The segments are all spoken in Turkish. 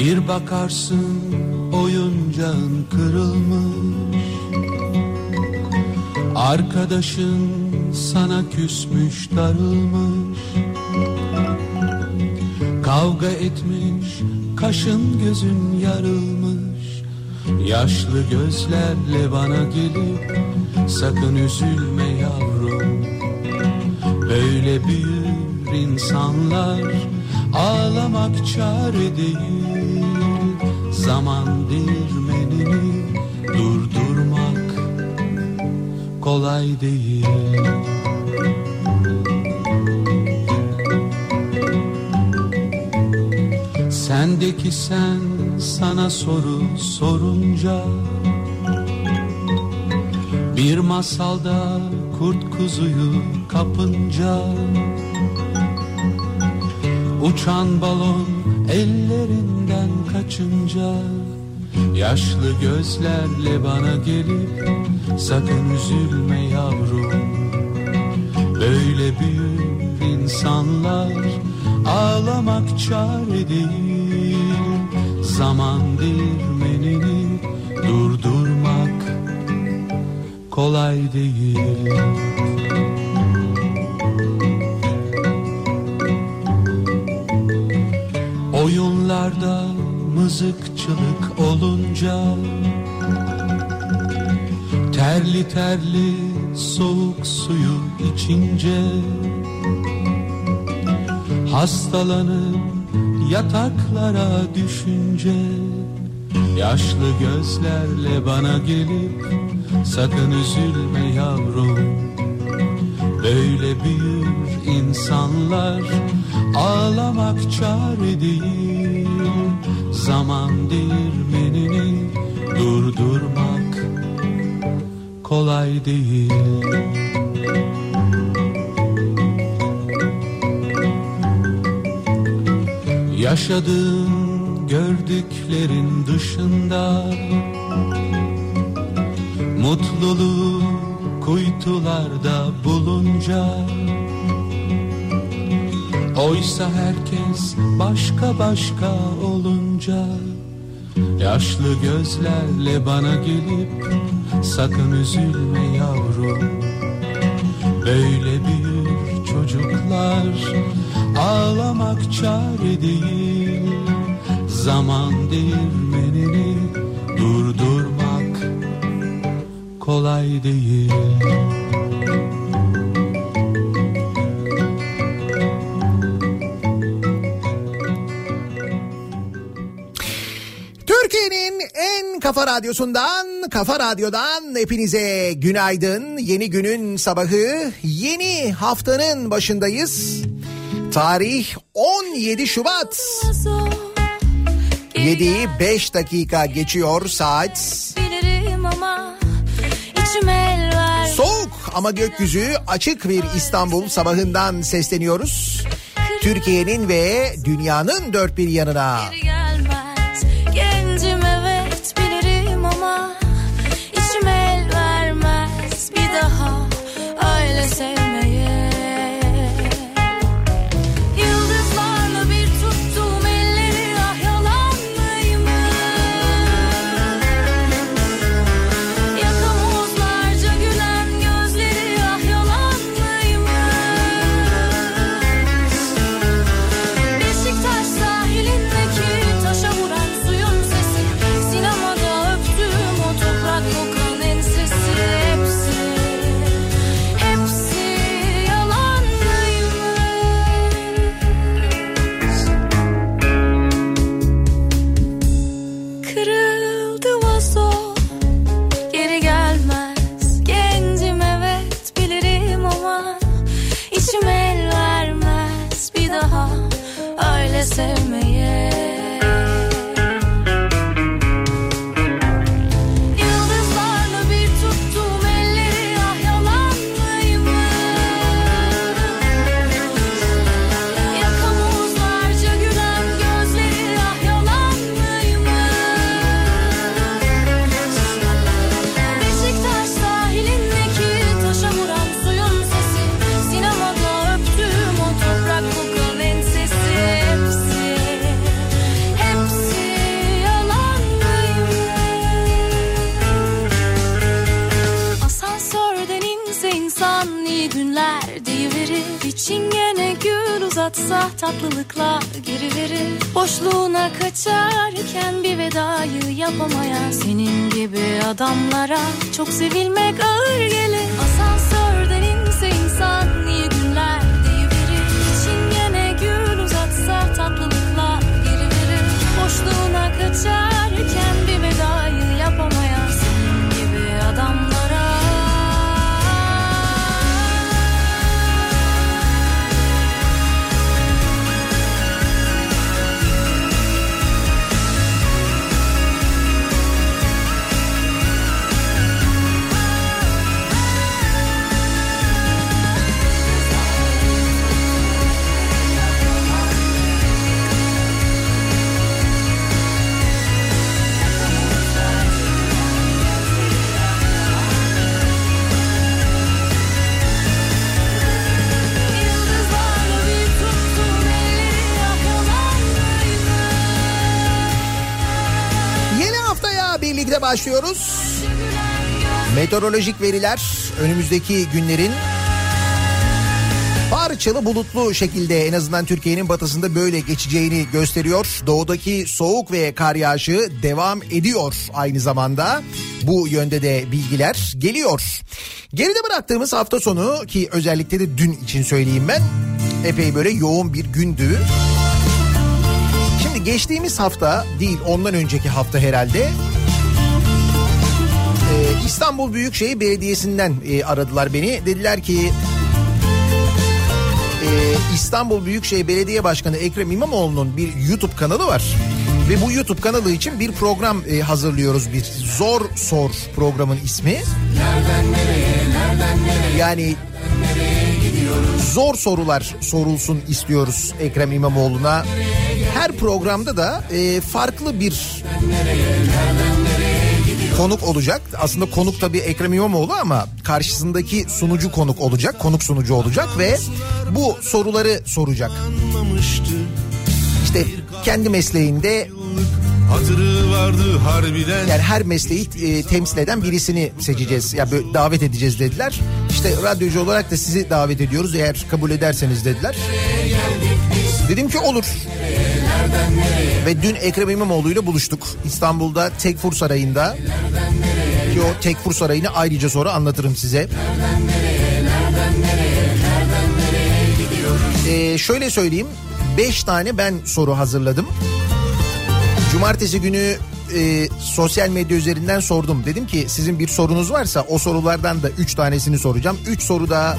Bir bakarsın oyuncağın kırılmış, arkadaşın sana küsmüş, darılmış, kavga etmiş, kaşın gözün yarılmış. Yaşlı gözlerle bana gelip sakın üzülme yavrum, böyle büyür insanlar, ağlamak çare değil. Zaman değirmenini durdurmak kolay değil. Sendeki sen sana soru sorunca, bir masalda kurt kuzuyu kapınca, uçan balon ellerinden kaçınca, yaşlı gözlerle bana gelip sakın üzülme yavrum, böyle büyür insanlar, ağlamak çare değil. Zaman değirmenini durdurmak kolay değil. Oyunlarda mızıkçılık olunca, terli terli soğuk suyu içince, hastalanıp yataklara düşünce, yaşlı gözlerle bana gelip sakın üzülme yavrum, böyle büyür insanlar, ağlamak çare değil. Zaman değirmenini durdurmak kolay değil. Yaşadığın gördüklerin dışında, mutluluğu kuytularda bulunca, oysa herkes başka başka olunca, yaşlı gözlerle bana gelip sakın üzülme yavrum, böyle büyür çocuklar, ağlamak çare değil. Zaman değirmenini durdurmak kolay değil. Türkiye'nin en kafa radyosundan, Kafa Radyo'dan hepinize günaydın. Yeni günün sabahı, yeni haftanın başındayız. Tarih 17 Şubat. 7'yi 5 dakika geçiyor saat. Soğuk ama gökyüzü açık bir İstanbul sabahından sesleniyoruz. Türkiye'nin ve dünyanın dört bir yanına. Gencim evet bilirim ama içim el vermez bir daha öyle sevmeye. Yıldızlarla bir tuttuğum elleri, ah yalan mıymış? Yakamozlarca gülen gözleri, ah yalan mıymış? Beşiktaş sahilindeki taşa vuran suyun sesi, sinemada öptüğüm o toprak kokan ensesi, hepsi yalanlıymış. Kırıldı vazo, geri gelmez. Gencim evet bilirim ama içim el vermez bir daha öyle sevmeye. Yıldızlarla bir tuttuğum elleri, ah yalan mıymış? Yakamozlarca gülen gözleri, ah yalan mıymış? Beşiktaş sahilindeki taşa vuran suyun sesi, sinemada öptüğüm o toprak kokan ensesi, hepsi insan iyi günler deyiverir. Bir çingene gül uzatsa tatlılıkla geri verir. Boşluğuna kaçarken bir vedayı yapamayan senin gibi adamlara çok sevilmek ağır gelir. Asansörden inse insan iyi günler deyiverir. Bir çingene gül uzatsa tatlılıkla geri verir. Boşluğuna kaçarken bir vedayı yapamayan senin gibi adamlara. Birlikte başlıyoruz. Meteorolojik veriler önümüzdeki günlerin parçalı bulutlu şekilde en azından Türkiye'nin batısında böyle geçeceğini gösteriyor. Doğudaki soğuk ve kar yağışı devam ediyor aynı zamanda. Bu yönde de bilgiler geliyor. Geride bıraktığımız hafta sonu ki özellikle de dün için söyleyeyim ben epey böyle yoğun bir gündü. Şimdi geçtiğimiz hafta değil ondan önceki hafta herhalde İstanbul Büyükşehir Belediyesi'nden aradılar beni. Dediler ki İstanbul Büyükşehir Belediye Başkanı Ekrem İmamoğlu'nun bir YouTube kanalı var. Ve bu YouTube kanalı için bir program hazırlıyoruz. Bir Zor Sor programın ismi. Nereden nereye Yani zor sorular sorulsun istiyoruz Ekrem İmamoğlu'na. Her programda da farklı bir konuk olacak. Aslında konuk tabii Ekrem İmamoğlu ama karşısındaki sunucu konuk olacak. Konuk sunucu olacak ve bu soruları soracak. İşte kendi mesleğinde hatırı vardı harbiden. Yani her mesleği temsil eden birisini seçeceğiz. Ya böyle davet edeceğiz dediler. İşte radyocu olarak da sizi davet ediyoruz eğer kabul ederseniz dediler. Dedim ki olur. Ve dün Ekrem İmamoğlu ile buluştuk. İstanbul'da Tekfur Sarayı'nda. Ki o Tekfur Sarayı'nı ayrıca sonra anlatırım size. Şöyle söyleyeyim. 5 tane ben soru hazırladım. Cumartesi günü sosyal medya üzerinden sordum. Dedim ki sizin bir sorunuz varsa o sorulardan da 3 tanesini soracağım. 3 soru da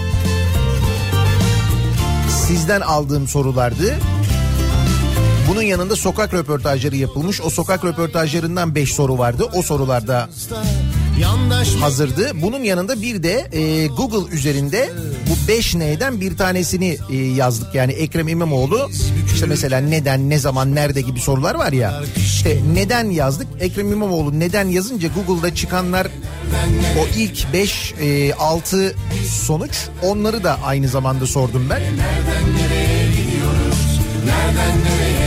sizden aldığım sorulardı. Bunun yanında sokak röportajları yapılmış. O sokak röportajlarından 5 soru vardı. O sorularda hazırdı. Bunun yanında bir de Google üzerinde bu 5 neyden bir tanesini yazdık. Yani Ekrem İmamoğlu işte mesela neden, ne zaman, nerede gibi sorular var ya. İşte neden yazdık. Ekrem İmamoğlu neden yazınca Google'da çıkanlar o ilk 5-6 sonuç, onları da aynı zamanda sordum ben. Nereden nereye gidiyoruz? Nereden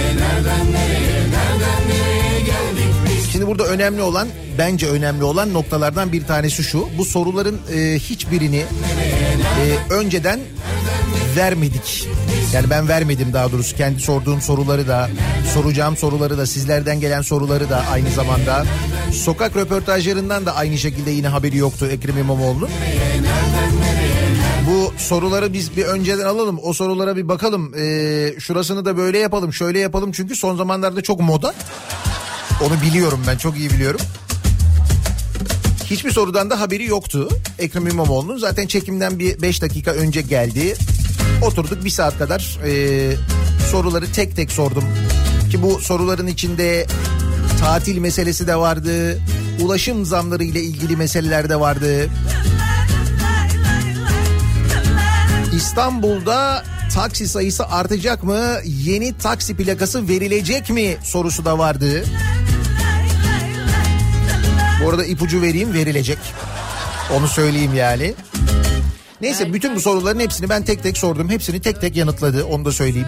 nereye geldik biz? Şimdi burada önemli olan, bence önemli olan noktalardan bir tanesi şu. Bu soruların hiçbirini önceden vermedik. Yani ben vermedim daha doğrusu. Kendi sorduğum soruları da, soracağım soruları da, sizlerden gelen soruları da aynı zamanda. Sokak röportajlarından da aynı şekilde yine haberi yoktu Ekrem İmamoğlu'nun. Bu soruları biz bir önceden alalım. O sorulara bir bakalım. Şurasını da böyle yapalım, şöyle yapalım. Çünkü son zamanlarda çok moda. Onu biliyorum, ben çok iyi biliyorum. Hiçbir sorudan da haberi yoktu Ekrem İmamoğlu'nun. Zaten çekimden bir 5 dakika önce geldi. Oturduk 1 saat kadar soruları tek tek sordum. Ki bu soruların içinde tatil meselesi de vardı. Ulaşım zamları ile ilgili meseleler de vardı. İstanbul'da taksi sayısı artacak mı? Yeni taksi plakası verilecek mi? Sorusu da vardı. Bu arada ipucu vereyim, verilecek. Onu söyleyeyim yani. Neyse, bütün bu soruların hepsini ben tek tek sordum. Hepsini tek tek yanıtladı, onu da söyleyeyim.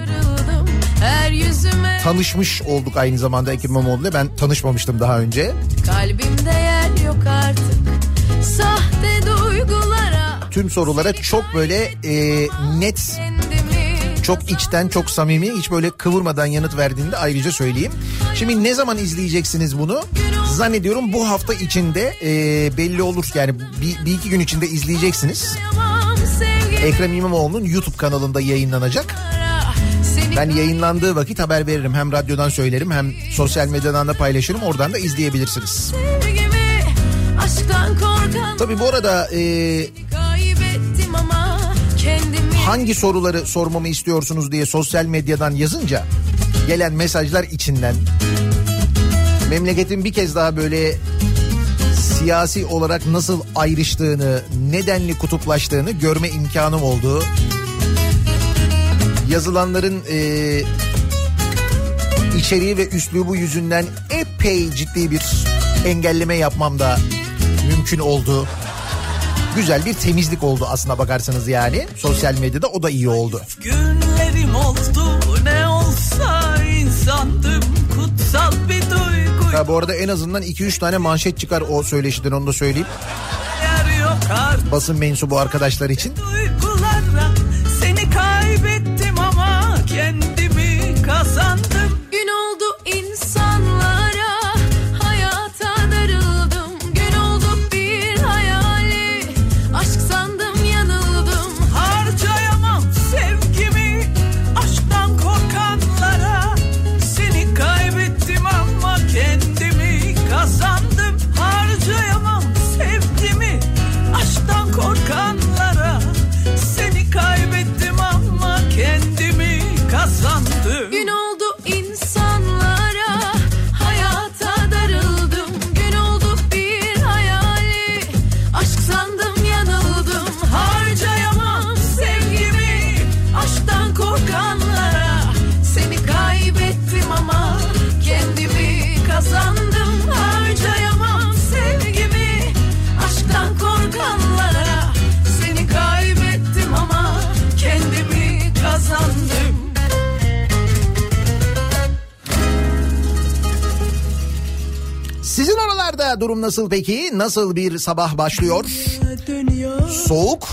Tanışmış olduk aynı zamanda Ekrem İmamoğlu'yla. Ben tanışmamıştım daha önce. Kalbimde yer yok artık sahte duygulara. tüm sorulara çok böyle net, çok içten, çok samimi, hiç böyle kıvırmadan yanıt verdiğini de ayrıca söyleyeyim. Şimdi ne zaman izleyeceksiniz bunu? Zannediyorum bu hafta içinde belli olur. Yani bir iki gün içinde izleyeceksiniz. Ekrem İmamoğlu'nun YouTube kanalında yayınlanacak. Ben yayınlandığı vakit haber veririm. Hem radyodan söylerim hem sosyal medyadan da paylaşırım. Oradan da izleyebilirsiniz. Tabii bu arada hangi soruları sormamı istiyorsunuz diye sosyal medyadan yazınca gelen mesajlar içinden memleketin bir kez daha böyle siyasi olarak nasıl ayrıştığını, nedenli kutuplaştığını görme imkanım oldu. Yazılanların içeriği ve üslubu yüzünden epey ciddi bir engelleme yapmam da mümkün oldu. Güzel bir temizlik oldu aslına bakarsanız yani. Sosyal medyada o da iyi oldu. Günlerim oldu ne olsa insandım kutsal bir duygu. Ya bu arada en azından 2-3 tane manşet çıkar o söyleşiden, onu da söyleyeyim. Basın mensubu arkadaşlar için. Duygulara seni kaybettim ama kendimi kazandım. Gün oldu insanlara, hayata darıldım. Gün oldu bir hayali, aşk sandım yanıldım. Harcayamam sevgimi aşktan korkanlara. Seni kaybettim ama kendimi kazandım. Harcayamam sevgimi aşktan korkanlara. Seni kaybettim ama kendimi kazandım. Gün oldu insanlara, hayata darıldım. Gün oldu bir hayali, aşk sandım yanıldım. Harcayamam sevgimi aşktan korkanlara. Seni kaybettim ama kendimi kazandım. Harcayamam sevgimi aşktan korkanlara. Seni kaybettim ama kendimi kazandım. Sizin oralarda durum nasıl peki? Nasıl bir sabah başlıyor? Soğuk.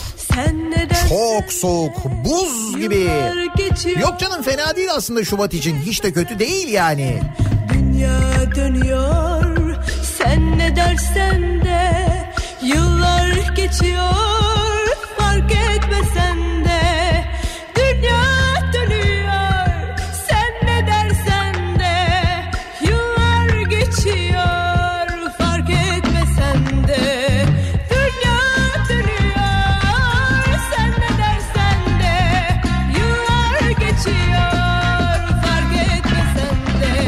Çok soğuk. Buz gibi. Yok canım, fena değil aslında Şubat için. Hiç de kötü değil yani. Dünya dönüyor, sen ne dersen de. Yıllar geçiyor, fark etmesen de. Dünya dönüyor, sen ne dersen de. Yıllar geçiyor, fark etmesen de. Dünya dönüyor, sen ne dersen de. Yıllar geçiyor, fark etmesen de.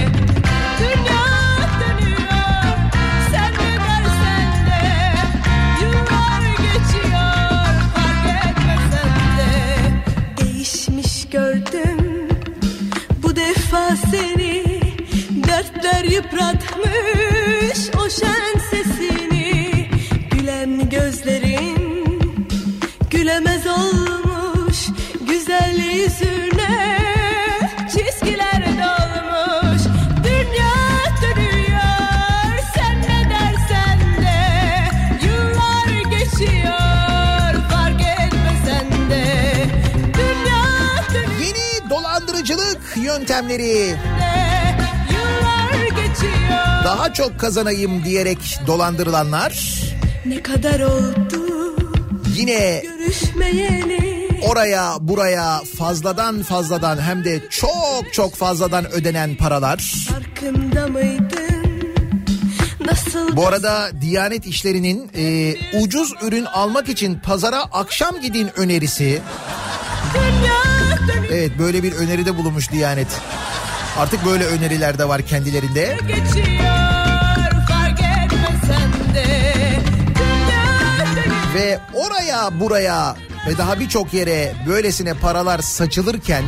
Dünya dönüyor, sen ne dersen de. Yıllar geçiyor, fark etmesen de. Değişmiş gördüm bu defa seni. Dertler yıpratmış o şen sesini. Gülen gözlerin gülemez olmuş. Güzel yüzüne çizgiler dolmuş. Dünya dönüyor, sen ne dersen de. Yıllar geçiyor, fark etmesen de. Dünya dönüyor, Yeni dolandırıcılık yöntemleri. yıllar geçiyor. Daha çok kazanayım diyerek dolandırılanlar. Ne kadar oldu Yine görüşmeyeli. oraya buraya fazladan hem de çok fazladan ödenen paralar. Farkında mıydın? Nasıl? Bu arada Diyanet İşleri'nin ucuz ürün almak için pazara akşam gidin önerisi. Dünya dönüyor, Evet, böyle bir öneride bulunmuş Diyanet. Artık böyle öneriler de var kendilerinde. geçiyor, fark etmesen de. Dünya dönüyor, Ve oraya buraya ve daha birçok yere böylesine paralar saçılırken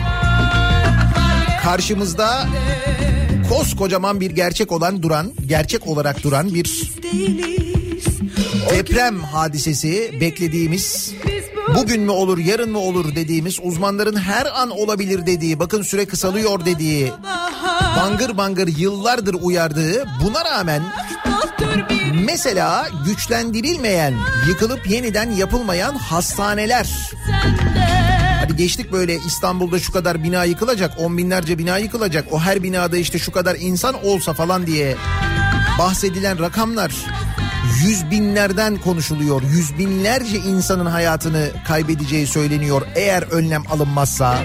karşımızda koskocaman bir gerçek olarak duran bir değiliz. deprem hadisesi, beklediğimiz, bugün mü olur yarın mı olur dediğimiz, uzmanların her an olabilir dediği, bakın süre kısalıyor dediği, bangır bangır yıllardır uyardığı, buna rağmen Mesela güçlendirilmeyen, yıkılıp yeniden yapılmayan hastaneler. Hadi geçtik böyle İstanbul'da şu kadar bina yıkılacak, 10 binlerce bina yıkılacak. O her binada işte şu kadar insan olsa falan diye bahsedilen rakamlar yüz binlerden konuşuluyor. Yüz binlerce insanın hayatını kaybedeceği söyleniyor eğer önlem alınmazsa.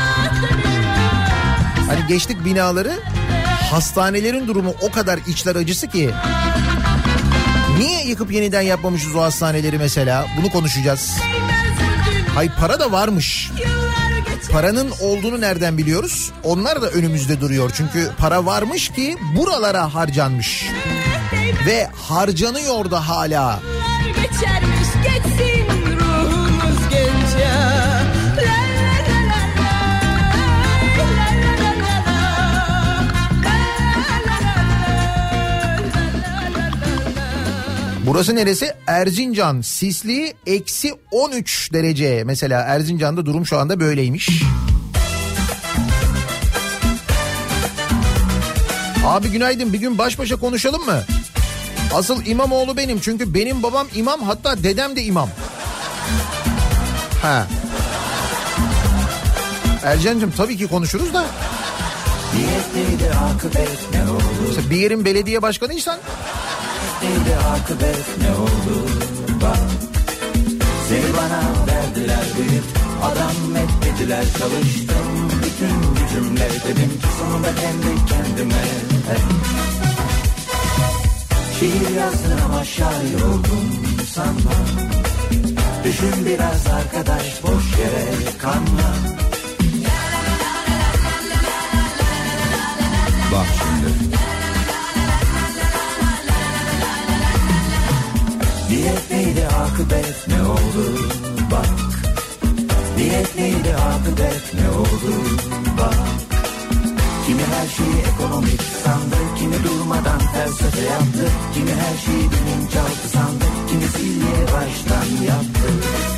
Hani geçtik binaları, hastanelerin durumu o kadar içler acısı ki. Niye yıkıp yeniden yapmamışız o hastaneleri mesela? Bunu konuşacağız. Hayır, para da varmış. Paranın olduğunu nereden biliyoruz? Onlar da önümüzde duruyor. Çünkü para varmış ki buralara harcanmış. Ve harcanıyor da hala. Geçermiş geçsin ruhumuz gence. Burası neresi? Erzincan. Sisli -13 derece. Mesela Erzincan'da durum şu anda böyleymiş. Abi günaydın, bir gün baş başa konuşalım mı? Asıl İmamoğlu benim, çünkü benim babam imam, hatta dedem de imam. Ha. Ercan'cığım tabii ki konuşuruz da. Mesela bir yerin belediye başkanıysan. Ne oldu bak, seni bana verdiler büyük adam etmediler, çalıştım bütün gücümle, dedim ki sonunda kendi kendime. Şiir yazdın ama şair oldun sanma, düşün biraz arkadaş, boş yere kanma. Bak şimdi. Niyet neydi akıbet ne oldu bak, niyet neydi akıbet ne oldu bak. Kimi her şeyi ekonomik sandı, kimi durmadan felsefe yaptı, kimi her şeyi bilinçaltı sandı, kimi silye baştan yaptı.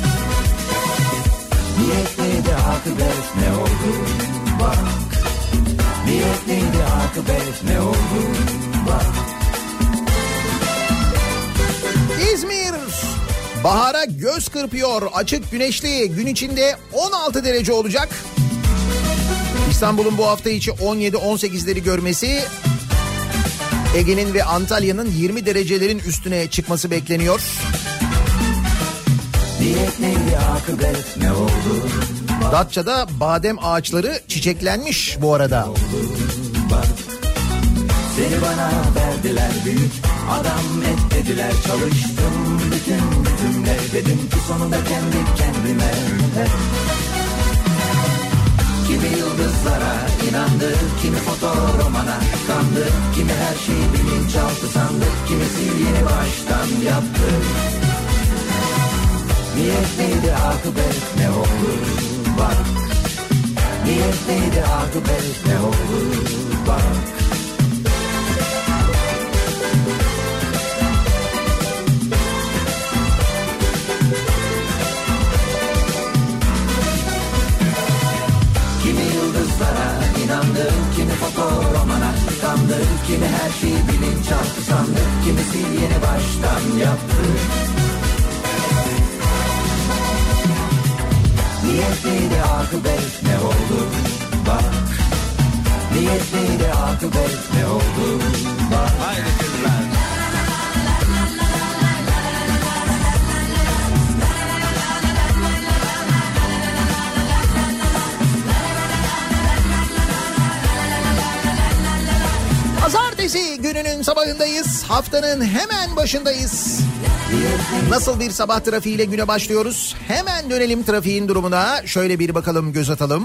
Niyet neydi akıbet ne oldu bak, niyet neydi akıbet ne oldu bak. İzmir bahara göz kırpıyor, açık güneşli, gün içinde 16 derece olacak. İstanbul'un bu hafta içi 17-18'leri görmesi, Ege'nin ve Antalya'nın 20 derecelerin üstüne çıkması bekleniyor. Datça'da badem ağaçları çiçeklenmiş bu arada. Seni bana verdiler büyük adam etmediler, çalıştım bütün gücümle, dedim ki sonunda kendi kendime. Kimi yıldızlara inandı, kimi fotoromana kandı, kimi her şeyi bilinçaltı sandı, kimisi yeni baştan yaptı. Niyet neydi akıbet ne oldu bak, niyet neydi akıbet ne oldu bak. İnandı, kimi fotoromana kandı, kimi her şeyi bilinçaltı sandı, kimisi yeni baştan yaptı. Niyet neydi akıbet ne oldu bak, niyet neydi akıbet ne oldu bak. Haydi kızlar. Pazartesi gününün sabahındayız. Haftanın hemen başındayız. Nasıl bir sabah trafiğiyle güne başlıyoruz? Hemen dönelim trafiğin durumuna. Şöyle bir bakalım, göz atalım.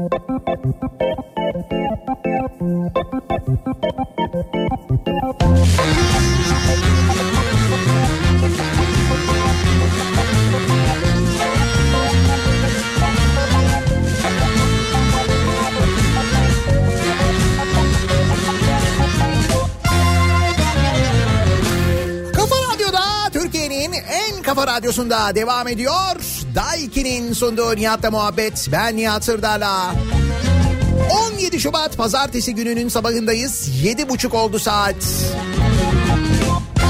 Kafa Radyosu'nda devam ediyor. Daiki'nin sunduğu Nihat'la muhabbet. Ben Nihat Sırdar'la. 17 Şubat Pazartesi gününün sabahındayız. 7.30 oldu saat.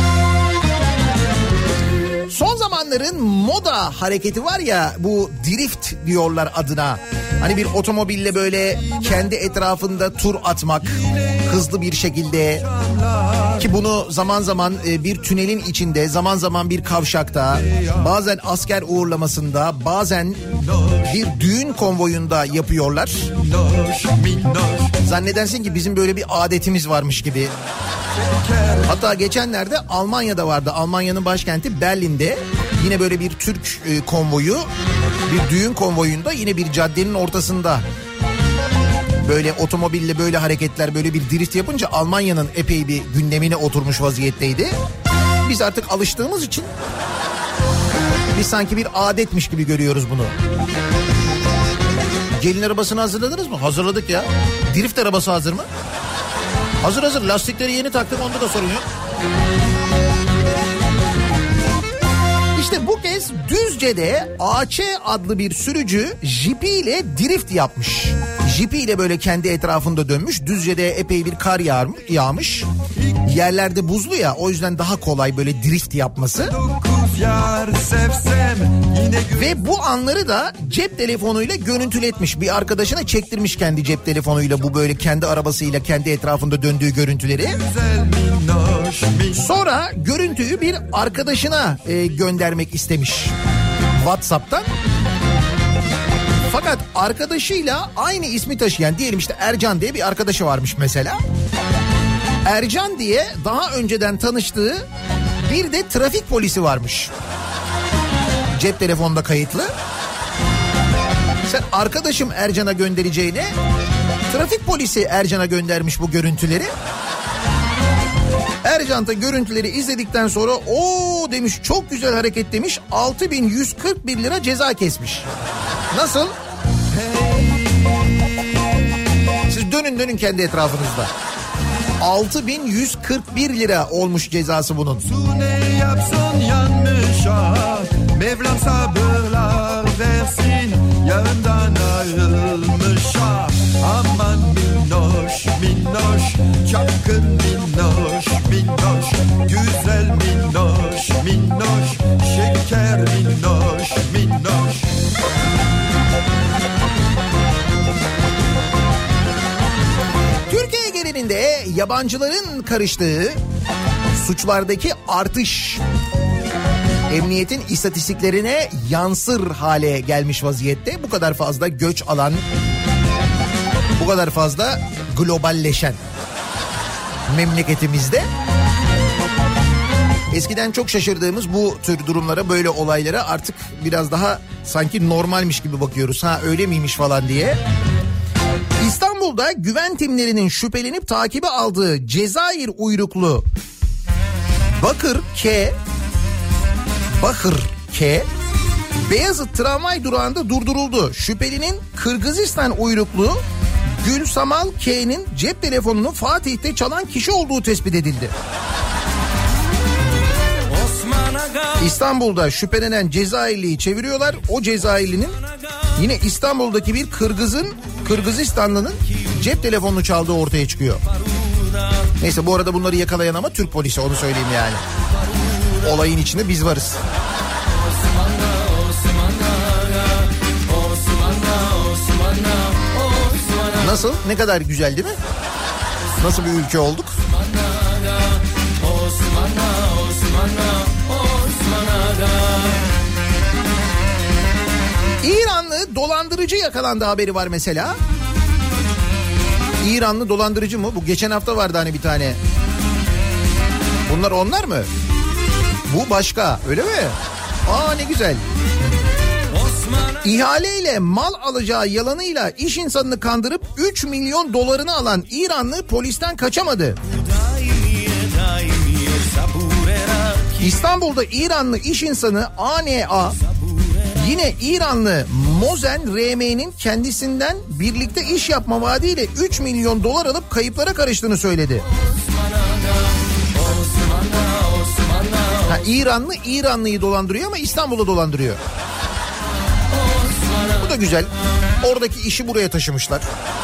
Son zamanların moda hareketi var ya, bu drift diyorlar adına. Hani bir otomobille böyle kendi etrafında tur atmak hızlı bir şekilde, ki bunu zaman zaman bir tünelin içinde, zaman zaman bir kavşakta, bazen asker uğurlamasında, bazen bir düğün konvoyunda yapıyorlar. Zannedersin ki bizim böyle bir adetimiz varmış gibi. Hatta geçenlerde Almanya'da vardı. Almanya'nın başkenti Berlin'de yine böyle bir Türk konvoyu, bir düğün konvoyunda yine bir caddenin ortasında böyle otomobille böyle hareketler, böyle bir drift yapınca Almanya'nın epey bir gündemine oturmuş vaziyetteydi. Biz artık alıştığımız için biz sanki bir adetmiş gibi görüyoruz bunu. Gelin arabasını hazırladınız mı? Hazırladık ya. Drift arabası hazır mı? Hazır hazır. Lastikleri yeni taktım, onda da sorun yok. İşte bu kez Düzce'de AC adlı bir sürücü jipiyle drift yapmış. Jipiyle böyle kendi etrafında dönmüş. Düzce'de epey bir kar yağmış. Yerlerde buzlu ya, o yüzden daha kolay böyle drift yapması. Ve bu anları da cep telefonuyla görüntületmiş. Bir arkadaşına çektirmiş kendi cep telefonuyla bu böyle kendi arabasıyla kendi etrafında döndüğü görüntüleri. Sonra görüntüyü bir arkadaşına göndermek istemiş WhatsApp'tan. Fakat arkadaşıyla aynı ismi taşıyan, diyelim işte Ercan diye bir arkadaşı varmış mesela. Ercan diye daha önceden tanıştığı bir de trafik polisi varmış. Cep telefonda kayıtlı. Sen arkadaşım Ercan'a göndereceğine trafik polisi Ercan'a göndermiş bu görüntüleri. Ercan da görüntüleri izledikten sonra o demiş, çok güzel hareket demiş, 6.141 lira ceza kesmiş. Nasıl? Siz dönün kendi etrafınızda. 6.141 lira olmuş cezası bunun. Ne yapsın yanlış Mevlam sabırlar versin, yarından ayrılmış aman minnoş minnoş, çapkın minnoş minnoş, güzel minnoş minnoş, şeker minnoş minnoş. Türkiye genelinde yabancıların karıştığı suçlardaki artış emniyetin istatistiklerine yansır hale gelmiş vaziyette. Bu kadar fazla göç alan, bu kadar fazla globalleşen memleketimizde eskiden çok şaşırdığımız bu tür durumlara, böyle olaylara artık biraz daha sanki normalmiş gibi bakıyoruz. Ha öyle miymiş falan diye. İstanbul'da güven timlerinin şüphelenip takibe aldığı Cezayir uyruklu Bakır K Beyazıt tramvay durağında durduruldu. Şüphelinin Kırgızistan uyruklu Gülsamal K'nin cep telefonunu Fatih'te çalan kişi olduğu tespit edildi. İstanbul'da şüphelenen Cezayirli'yi çeviriyorlar. O Cezayirli'nin yine İstanbul'daki bir Kırgızistanlı'nın cep telefonunu çaldığı ortaya çıkıyor. Neyse, bu arada bunları yakalayan ama Türk polisi, onu söyleyeyim yani. Olayın içinde biz varız. Nasıl? Ne kadar güzel değil mi? Nasıl bir ülke olduk? İranlı dolandırıcı yakalandı haberi var mesela. İranlı dolandırıcı mı? Bu geçen hafta vardı hani bir tane. Bunlar onlar mı? Bu başka, öyle mi? Aa ne güzel. İhaleyle mal alacağı yalanıyla iş insanını kandırıp 3 milyon dolarını alan İranlı polisten kaçamadı. İstanbul'da İranlı iş insanı ANA yine İranlı Mozen RM'nin kendisinden birlikte iş yapma vaadiyle 3 milyon dolar alıp kayıplara karıştığını söyledi. Ha, İranlıyı dolandırıyor ama İstanbul'u dolandırıyor. Bu da güzel. Oradaki işi buraya taşımışlar.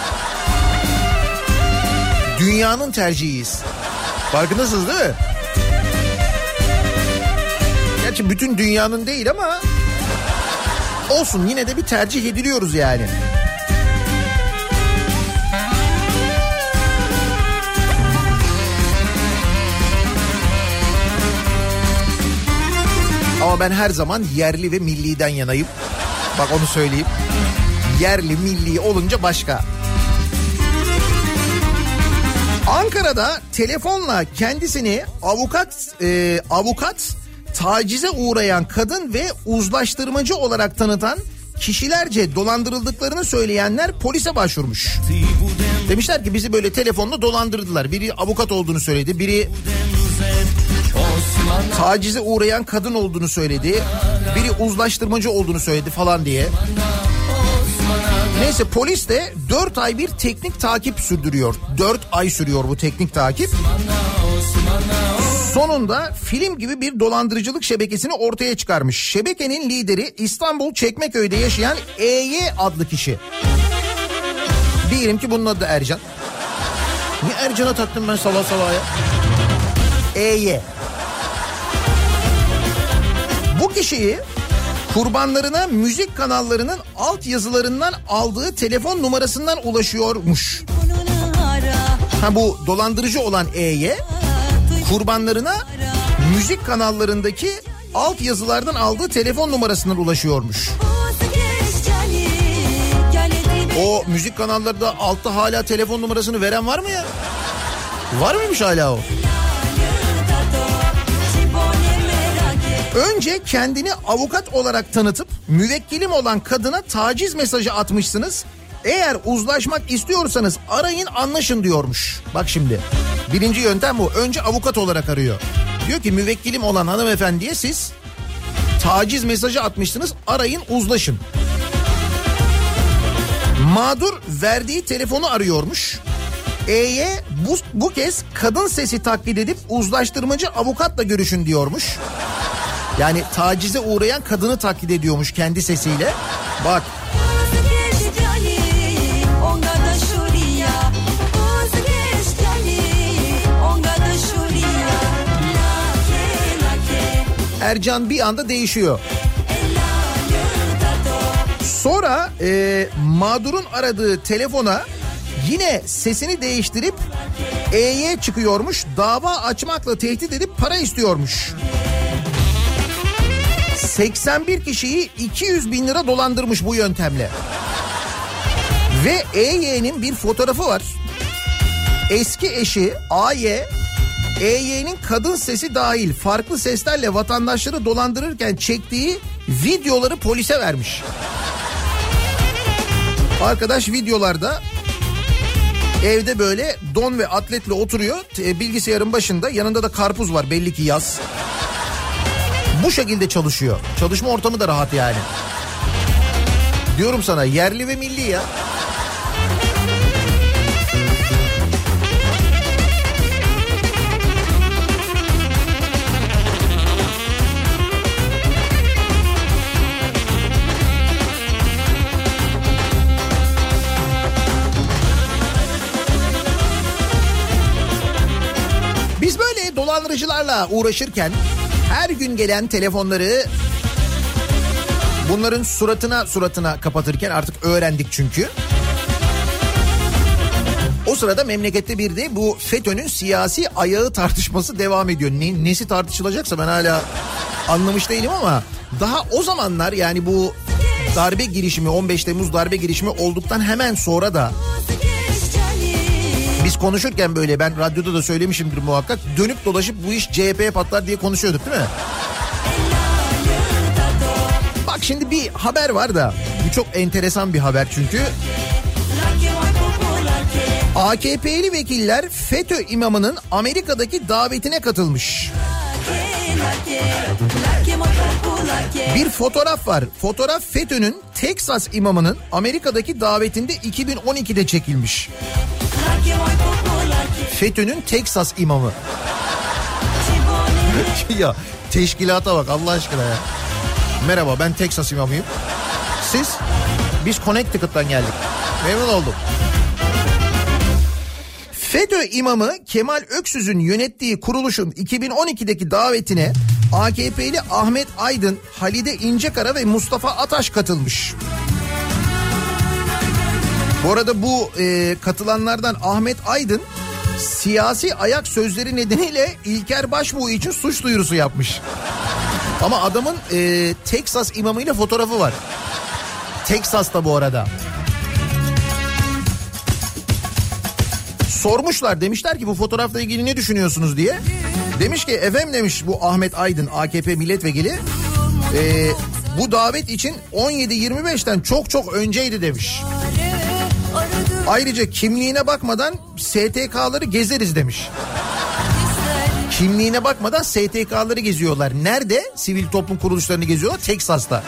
Dünyanın tercihiyiz. Farkındasınız değil mi? Gerçi bütün dünyanın değil ama olsun, yine de bir tercih ediliyoruz yani. Ama ben her zaman yerli ve milliden yanayım. Bak onu söyleyeyim. Yerli milli olunca başka. Ankara'da telefonla kendisini avukat tacize uğrayan kadın ve uzlaştırmacı olarak tanıtan kişilerce dolandırıldıklarını söyleyenler polise başvurmuş. Demişler ki bizi böyle telefonla dolandırdılar. Biri avukat olduğunu söyledi, biri tacize uğrayan kadın olduğunu söyledi, biri uzlaştırmacı olduğunu söyledi falan diye. Neyse polis de 4 ay bir teknik takip sürdürüyor. 4 ay sürüyor bu teknik takip. Sonunda film gibi bir dolandırıcılık şebekesini ortaya çıkarmış. Şebekenin lideri İstanbul Çekmeköy'de yaşayan EY adlı kişi. Diyelim ki bunun adı Ercan. Niye Ercan'a taktım ben sabah sabah ya? EY. Bu kişiyi kurbanlarına müzik kanallarının altyazılarından aldığı telefon numarasından ulaşıyormuş. Ha, bu dolandırıcı olan EY kurbanlarına müzik kanallarındaki altyazılardan aldığı telefon numarasından ulaşıyormuş. O müzik kanallarda altta hala telefon numarasını veren var mı ya? Var mıymış hala o? Önce kendini avukat olarak tanıtıp müvekkilim olan kadına taciz mesajı atmışsınız. Eğer uzlaşmak istiyorsanız arayın, anlaşın diyormuş. Bak şimdi, birinci yöntem bu. Önce avukat olarak arıyor. Diyor ki müvekkilim olan hanımefendiye siz taciz mesajı atmışsınız, arayın, uzlaşın. Mağdur verdiği telefonu arıyormuş. E'ye bu kez kadın sesi taklit edip uzlaştırmacı avukatla görüşün diyormuş. Yani tacize uğrayan kadını taklit ediyormuş kendi sesiyle. Bak. Ercan bir anda değişiyor. Sonra mağdurun aradığı telefona yine sesini değiştirip E'ye çıkıyormuş. Dava açmakla tehdit edip para istiyormuş. 81 kişiyi 200 bin lira dolandırmış bu yöntemle. Ve EY'nin bir fotoğrafı var. Eski eşi AY, EY'nin kadın sesi dahil farklı seslerle vatandaşları dolandırırken çektiği videoları polise vermiş. Arkadaş videolarda evde böyle don ve atletle oturuyor, bilgisayarın başında, yanında da karpuz var, belli ki yaz. Bu şekilde çalışıyor. Çalışma ortamı da rahat yani. Diyorum sana, yerli ve milli ya. Biz böyle dolandırıcılarla uğraşırken her gün gelen telefonları bunların suratına kapatırken artık öğrendik çünkü. O sırada memlekette bir de bu FETÖ'nün siyasi ayağı tartışması devam ediyor. Nesi tartışılacaksa ben hala anlamış değilim ama daha o zamanlar, yani bu darbe girişimi, 15 Temmuz darbe girişimi olduktan hemen sonra da biz konuşurken böyle, ben radyoda da söylemişimdir muhakkak, dönüp dolaşıp bu iş CHP'ye patlar diye konuşuyorduk değil mi? Bak şimdi bir haber var da, bu çok enteresan bir haber çünkü. AKP'li vekiller FETÖ imamının Amerika'daki davetine katılmış. Bir fotoğraf var. Fotoğraf FETÖ'nün Texas imamının Amerika'daki davetinde 2012'de çekilmiş. FETÖ'nün Texas imamı. Ya teşkilata bak Allah aşkına ya. Merhaba, ben Texas imamıyım. Siz? Biz Connecticut'tan geldik. Memnun oldum. FETÖ imamı Kemal Öksüz'ün yönettiği kuruluşun 2012'deki davetine AKP'li Ahmet Aydın, Halide İncekara ve Mustafa Ataş katılmış. Bu arada bu katılanlardan Ahmet Aydın siyasi ayak sözleri nedeniyle İlker Başbuğ için suç duyurusu yapmış. Ama adamın Teksas imamıyla fotoğrafı var. Teksas'ta bu arada. Sormuşlar, demişler ki bu fotoğrafla ilgili ne düşünüyorsunuz diye. Demiş ki efendim demiş bu Ahmet Aydın AKP milletvekili bu davet için 17-25'ten çok önceydi demiş. Ayrıca kimliğine bakmadan STK'ları gezeriz demiş. Kimliğine bakmadan STK'ları geziyorlar. Nerede? Sivil toplum kuruluşlarını geziyorlar. Teksas'ta.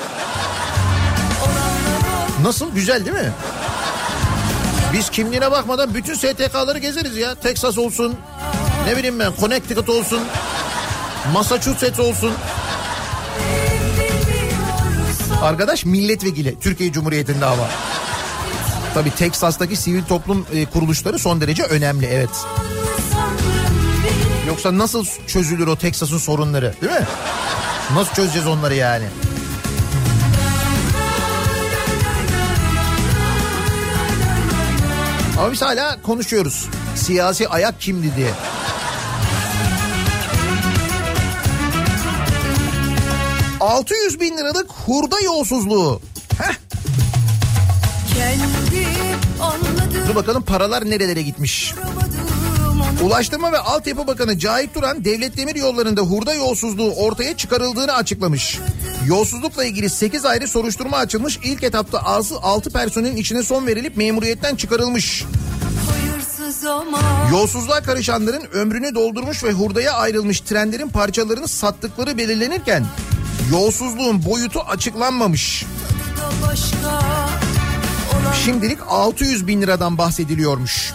Nasıl? Güzel değil mi? Biz kimliğine bakmadan bütün STK'ları gezeriz ya. Texas olsun, ne bileyim ben, Connecticut olsun, Massachusetts olsun. Arkadaş milletvekili Türkiye Cumhuriyeti'nde ama. Tabii Teksas'taki sivil toplum kuruluşları son derece önemli, evet. Yoksa nasıl çözülür o Teksas'ın sorunları, değil mi? Nasıl çözeceğiz onları yani? Ama biz hala konuşuyoruz. Siyasi ayak kimdi diye. $600.000 liralık hurda yolsuzluğu. Dur bakalım paralar nerelere gitmiş. Ulaştırma ve Altyapı Bakanı Cahit Turan, devlet demir yollarında hurda yolsuzluğu ortaya çıkarıldığını açıklamış. Yolsuzlukla ilgili 8 ayrı soruşturma açılmış. İlk etapta 6 personelin içine son verilip memuriyetten çıkarılmış. Yolsuzluğa karışanların ömrünü doldurmuş ve hurdaya ayrılmış trenlerin parçalarını sattıkları belirlenirken yolsuzluğun boyutu açıklanmamış. Şimdilik 600.000 liradan bahsediliyormuş.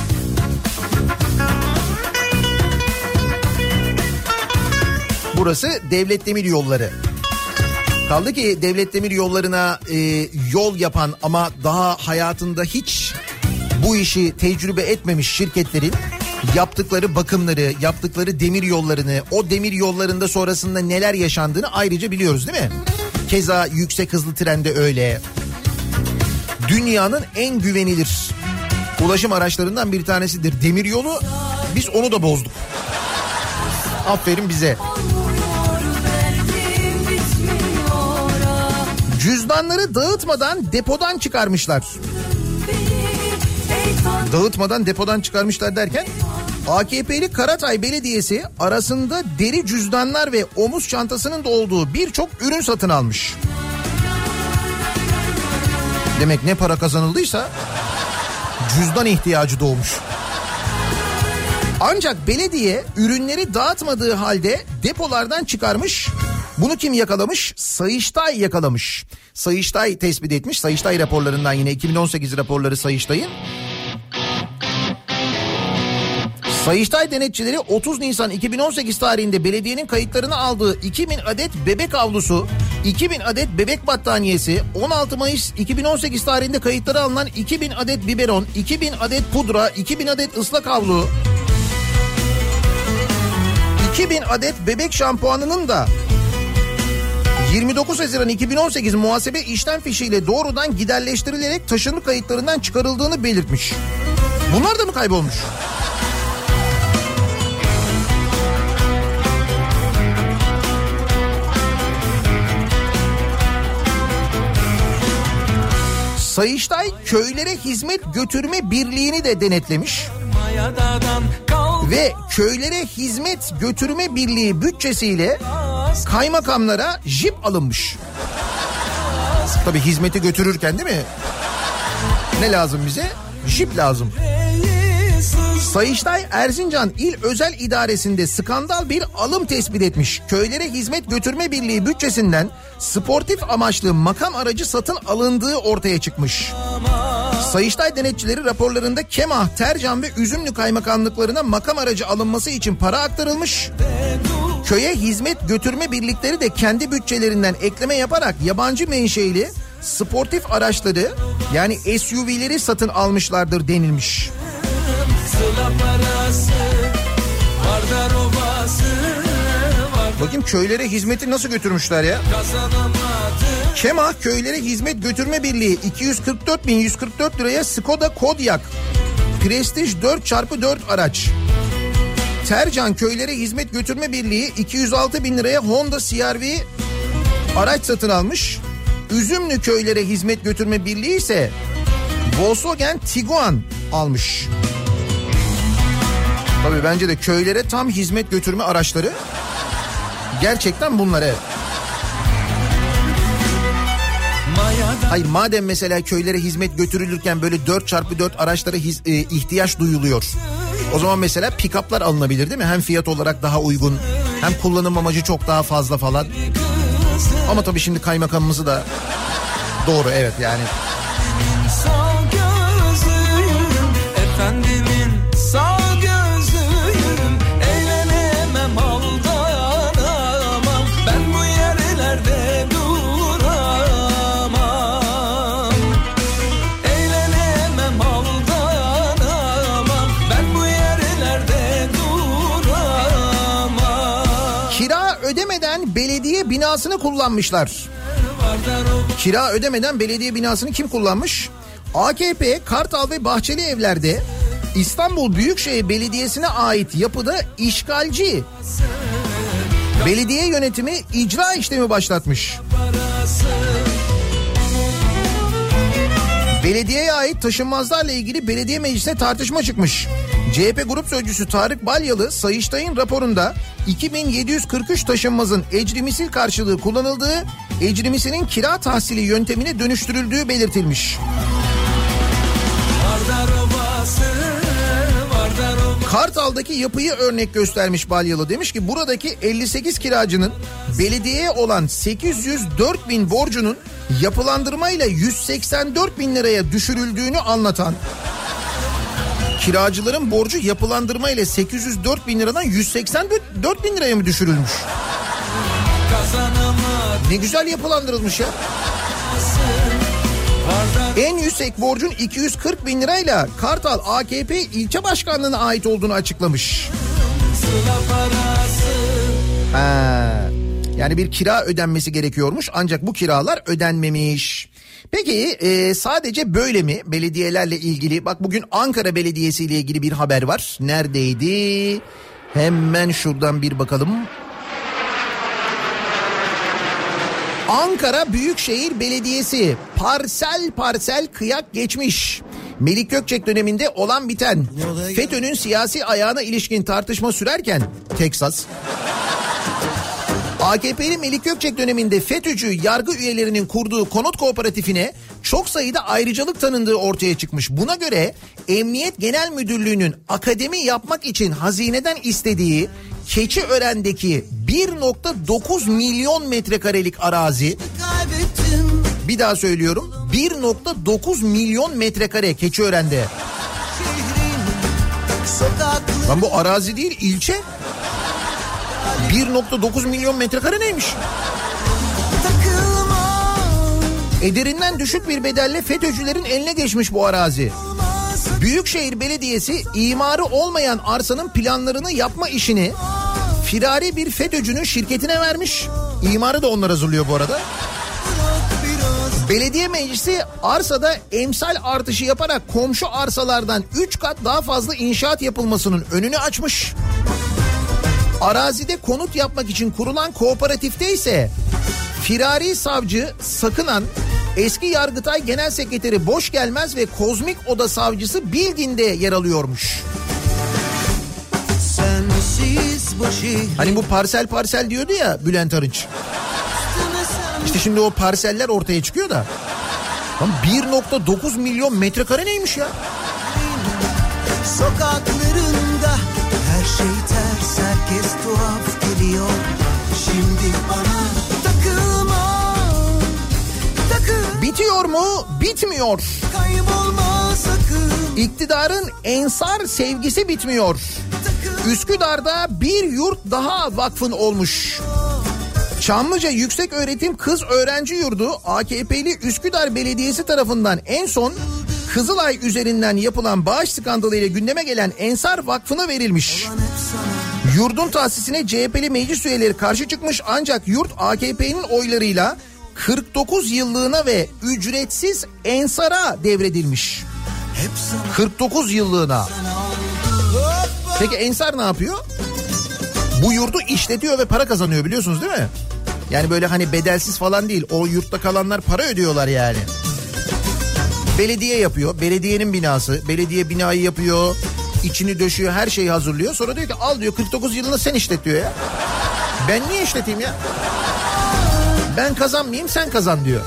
Burası Devlet Demir Yolları. Kaldı ki Devlet Demir Yolları'na yol yapan ama daha hayatında hiç bu işi tecrübe etmemiş şirketlerin yaptıkları bakımları, yaptıkları demir yollarını, o demir yollarında sonrasında neler yaşandığını ayrıca biliyoruz değil mi? Keza yüksek hızlı trende öyle. Dünyanın en güvenilir ulaşım araçlarından bir tanesidir demir yolu. Biz onu da bozduk. Aferin bize. Cüzdanları dağıtmadan depodan çıkarmışlar. Dağıtmadan depodan çıkarmışlar derken AKP'li Karatay Belediyesi arasında deri cüzdanlar ve omuz çantasının da olduğu birçok ürün satın almış. Demek ne para kazanıldıysa cüzdan ihtiyacı doğmuş. Ancak belediye ürünleri dağıtmadığı halde depolardan çıkarmış. Bunu kim yakalamış? Sayıştay yakalamış. Sayıştay tespit etmiş. Sayıştay raporlarından yine 2018 raporları Sayıştay'ın. Sayıştay denetçileri 30 Nisan 2018 tarihinde belediyenin kayıtlarına aldığı 2000 adet bebek havlusu, 2000 adet bebek battaniyesi, 16 Mayıs 2018 tarihinde kayıtlara alınan 2000 adet biberon, 2000 adet pudra, 2000 adet ıslak havlu, 2000 adet bebek şampuanının da 29 Haziran 2018 muhasebe işlem fişiyle doğrudan giderleştirilerek taşınma kayıtlarından çıkarıldığını belirtmiş. Bunlar da mı kaybolmuş? Sayıştay köylere hizmet götürme birliğini de denetlemiş. Ve köylere hizmet götürme birliği bütçesiyle kaymakamlara jip alınmış. Tabii hizmeti götürürken değil mi? Ne lazım bize? Jip lazım. Sayıştay Erzincan İl Özel İdaresi'nde skandal bir alım tespit etmiş. Köylere hizmet götürme birliği bütçesinden sportif amaçlı makam aracı satın alındığı ortaya çıkmış. Sayıştay denetçileri raporlarında Kemah, Tercan ve Üzümlü kaymakamlıklarına makam aracı alınması için para aktarılmış. Köye hizmet götürme birlikleri de kendi bütçelerinden ekleme yaparak yabancı menşeili sportif araçları yani SUV'leri satın almışlardır denilmiş. Sıla parası, Vardar Ovası, var Bakayım köylere hizmeti nasıl götürmüşler ya. Kemah Köylere Hizmet Götürme Birliği 244.144 liraya Skoda Kodiaq Prestige 4x4 araç. Tercan Köylere Hizmet Götürme Birliği 206.000 liraya Honda CR-V araç satın almış. Üzümlü Köylere Hizmet Götürme Birliği ise Volkswagen Tiguan almış. Tabii bence de köylere tam hizmet götürme araçları. Gerçekten bunları. Hayır, madem mesela köylere hizmet götürülürken böyle 4x4 araçlara ihtiyaç duyuluyor. O zaman mesela pick-up'lar alınabilir değil mi? Hem fiyat olarak daha uygun, hem kullanım amacı çok daha fazla falan. Ama tabii şimdi kaymakamımızı da doğru, evet yani. Sağ gözüm, efendimin sağ gözüm, eğlenemem aldanamam, ben bu yerlerde duramam. Eğlenemem aldanamam, ben bu yerlerde duramam. Kira ödemeden belediye binasını kullanmışlar. Kira ödemeden belediye binasını kim kullanmış? AKP Kartal ve Bahçeli Evler'de İstanbul Büyükşehir Belediyesi'ne ait yapıda işgalci. Belediye yönetimi icra işlemi başlatmış. Belediyeye ait taşınmazlarla ilgili belediye meclisine tartışma çıkmış. CHP Grup Sözcüsü Tarık Balyalı, Sayıştay'ın raporunda 2743 taşınmazın ecrimisil karşılığı kullanıldığı, ecrimisinin kira tahsili yöntemine dönüştürüldüğü belirtilmiş. Kartal'daki yapıyı örnek göstermiş Balyalı. Demiş ki buradaki 58 kiracının belediyeye olan 804 bin borcunun yapılandırmayla 184 bin liraya düşürüldüğünü anlatan, kiracıların borcu yapılandırmayla 804 bin liradan 184 bin liraya mı düşürülmüş? Ne güzel yapılandırılmış ya. En yüksek borcun 240 bin lirayla Kartal AKP ilçe başkanlığına ait olduğunu açıklamış. Yani bir kira ödenmesi gerekiyormuş, ancak bu kiralar ödenmemiş. Peki sadece böyle mi belediyelerle ilgili? Bak bugün Ankara Belediyesi ile ilgili bir haber var. Neredeydi? Hemen şuradan bir bakalım. Ankara Büyükşehir Belediyesi parsel parsel kıyak geçmiş. Melik Gökçek döneminde olan biten, FETÖ'nün siyasi ayağına ilişkin tartışma sürerken Teksas, AKP'li Melik Gökçek döneminde FETÖ'cü yargı üyelerinin kurduğu konut kooperatifine çok sayıda ayrıcalık tanındığı ortaya çıkmış. Buna göre Emniyet Genel Müdürlüğü'nün akademi yapmak için hazineden istediği Keçiören'deki 1.9 milyon metrekarelik arazi, bir daha söylüyorum, 1.9 milyon metrekare Keçiören'de. Lan bu arazi değil, ilçe. 1.9 milyon metrekare neymiş? Ederinden düşük bir bedelle FETÖ'cülerin eline geçmiş bu arazi. Büyükşehir Belediyesi imarı olmayan arsanın planlarını yapma işini firari bir FETÖ'cünün şirketine vermiş. İmarı da onlar hazırlıyor bu arada. Belediye meclisi arsada emsal artışı yaparak komşu arsalardan 3 kat daha fazla inşaat yapılmasının önünü açmış. Arazide konut yapmak için kurulan kooperatifte ise firari savcı Sakınan, eski Yargıtay Genel Sekreteri Boşgelmez ve Kozmik Oda Savcısı Bilgin'de yer alıyormuş. Hani bu parsel parsel diyordu ya Bülent Arınç. İşte şimdi o parseller ortaya çıkıyor da. 1.9 milyon metrekare neymiş ya? Sokaklarında her şey ters, herkes tuhaf geliyor. Şimdi bana takılma, Bitiyor mu? Bitmiyor. Kaybolma sakın. İktidarın ensar sevgisi bitmiyor. Üsküdar'da bir yurt daha vakfın olmuş. Çamlıca Yükseköğretim Kız Öğrenci Yurdu AKP'li Üsküdar Belediyesi tarafından en son Kızılay üzerinden yapılan bağış skandalıyla gündeme gelen Ensar Vakfı'na verilmiş. Yurdun tahsisine CHP'li meclis üyeleri karşı çıkmış ancak yurt AKP'nin oylarıyla 49 yıllığına ve ücretsiz ensara devredilmiş. 49 yıllığına. Peki ensar ne yapıyor? Bu yurdu işletiyor ve para kazanıyor, biliyorsunuz değil mi? Yani böyle hani bedelsiz falan değil. O yurtta kalanlar para ödüyorlar yani. Belediye yapıyor. Belediyenin binası. Belediye binayı yapıyor. İçini döşüyor. Her şeyi hazırlıyor. Sonra diyor ki al diyor 49 yılında sen işlet diyor ya. Ben niye işleteyim ya? Ben kazanmayayım, sen kazan diyor.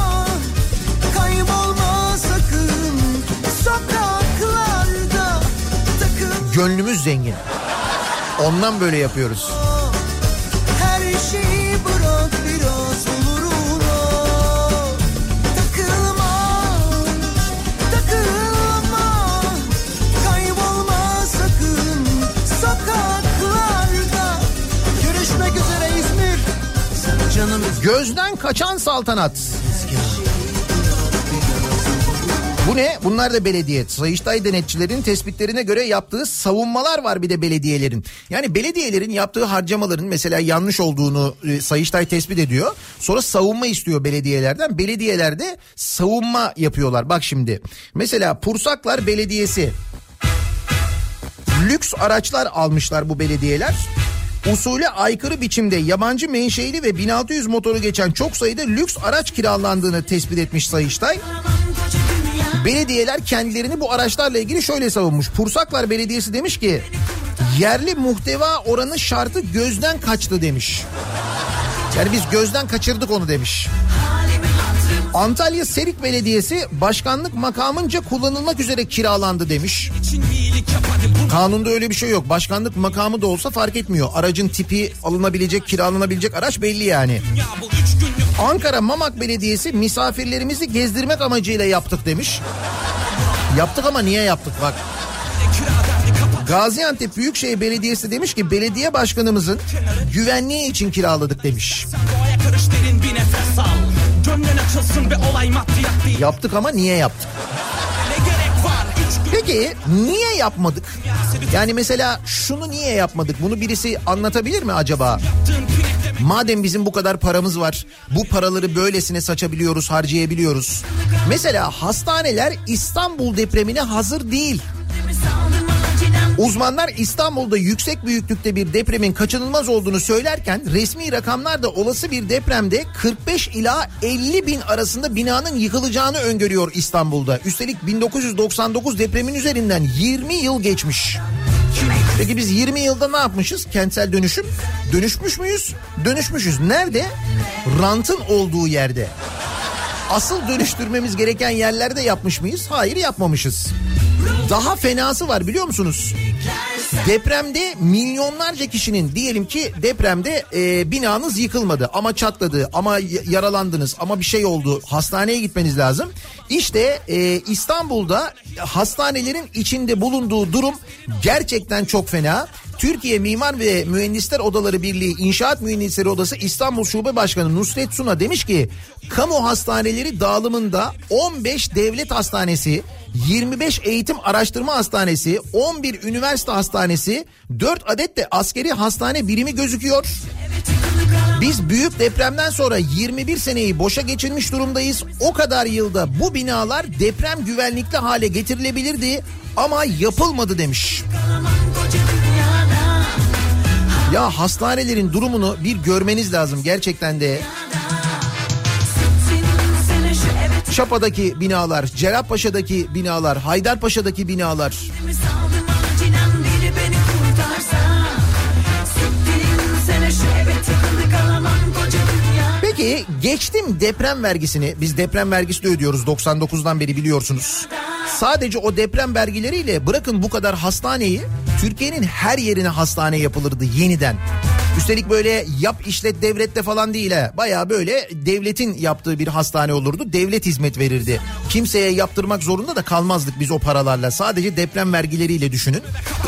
Kaybolma sakın sokaklarda, takım Gönlümüz zengin. Ondan böyle yapıyoruz. her şeyi bırak biraz oluruna. Takılma, takılma, kaybolma sakın sokaklarda. Görüşmek üzere İzmir. Canım Gözden kaçan saltanat. Bu ne? Bunlar da belediye. Sayıştay denetçilerin tespitlerine göre yaptığı savunmalar var bir de belediyelerin. Yani belediyelerin yaptığı harcamaların mesela yanlış olduğunu Sayıştay tespit ediyor. Sonra savunma istiyor belediyelerden. Belediyeler de savunma yapıyorlar. Bak şimdi. Mesela Pursaklar Belediyesi lüks araçlar almışlar bu belediyeler. Usule aykırı biçimde yabancı menşeili ve 1600 motoru geçen çok sayıda lüks araç kiralandığını tespit etmiş Sayıştay. Belediyeler kendilerini bu araçlarla ilgili şöyle savunmuş. Pursaklar Belediyesi demiş ki yerli muhteva oranı şartı gözden kaçtı demiş. Yani biz gözden kaçırdık onu demiş. Antalya Serik Belediyesi başkanlık makamınca kullanılmak üzere kiralandı demiş. Kanunda öyle bir şey yok. Başkanlık makamı da olsa fark etmiyor. Aracın tipi alınabilecek, kiralanabilecek araç belli yani. Ankara Mamak Belediyesi misafirlerimizi gezdirmek amacıyla yaptık demiş. Yaptık ama niye yaptık bak. Gaziantep Büyükşehir Belediyesi demiş ki belediye başkanımızın güvenliği için kiraladık demiş. Yaptık ama niye yaptık? Peki niye yapmadık? Yani mesela şunu niye yapmadık? Bunu birisi anlatabilir mi acaba? Madem bizim bu kadar paramız var, bu paraları böylesine saçabiliyoruz, harcayabiliyoruz. Mesela hastaneler İstanbul depremine hazır değil. Uzmanlar İstanbul'da yüksek büyüklükte bir depremin kaçınılmaz olduğunu söylerken resmi rakamlar da olası bir depremde 45 ila 50 bin arasında binanın yıkılacağını öngörüyor İstanbul'da. Üstelik 1999 depremin üzerinden 20 yıl geçmiş. Peki biz 20 yılda ne yapmışız? Kentsel dönüşüm. Dönüşmüş müyüz? Dönüşmüşüz. Nerede? Rantın olduğu yerde. Asıl dönüştürmemiz gereken yerlerde yapmış mıyız? Hayır, yapmamışız. Daha fenası var biliyor musunuz? Depremde milyonlarca kişinin, diyelim ki depremde binanız yıkılmadı ama çatladı ama yaralandınız ama bir şey oldu, hastaneye gitmeniz lazım. İşte İstanbul'da hastanelerin içinde bulunduğu durum gerçekten çok fena. Türkiye Mimar ve Mühendisler Odaları Birliği İnşaat Mühendisleri Odası İstanbul Şube Başkanı Nusret Suna demiş ki kamu hastaneleri dağılımında 15 devlet hastanesi, 25 eğitim araştırma hastanesi, 11 üniversite hastanesi, 4 adet de askeri hastane birimi gözüküyor. Biz büyük depremden sonra 21 seneyi boşa geçirmiş durumdayız. O kadar yılda bu binalar deprem güvenlikli hale getirilebilirdi ama yapılmadı demiş. Ya hastanelerin durumunu bir görmeniz lazım gerçekten de. Çapa'daki binalar, Cerrahpaşa'daki binalar, Haydarpaşa'daki binalar. Peki geçtim deprem vergisini, biz deprem vergisi de ödüyoruz 99'dan beri biliyorsunuz. Sadece o deprem vergileriyle bırakın bu kadar hastaneyi, Türkiye'nin her yerine hastane yapılırdı yeniden. Üstelik böyle yap işlet devlette falan değil ha. Baya böyle devletin yaptığı bir hastane olurdu. Devlet hizmet verirdi. Kimseye yaptırmak zorunda da kalmazdık biz o paralarla. Sadece deprem vergileriyle düşünün.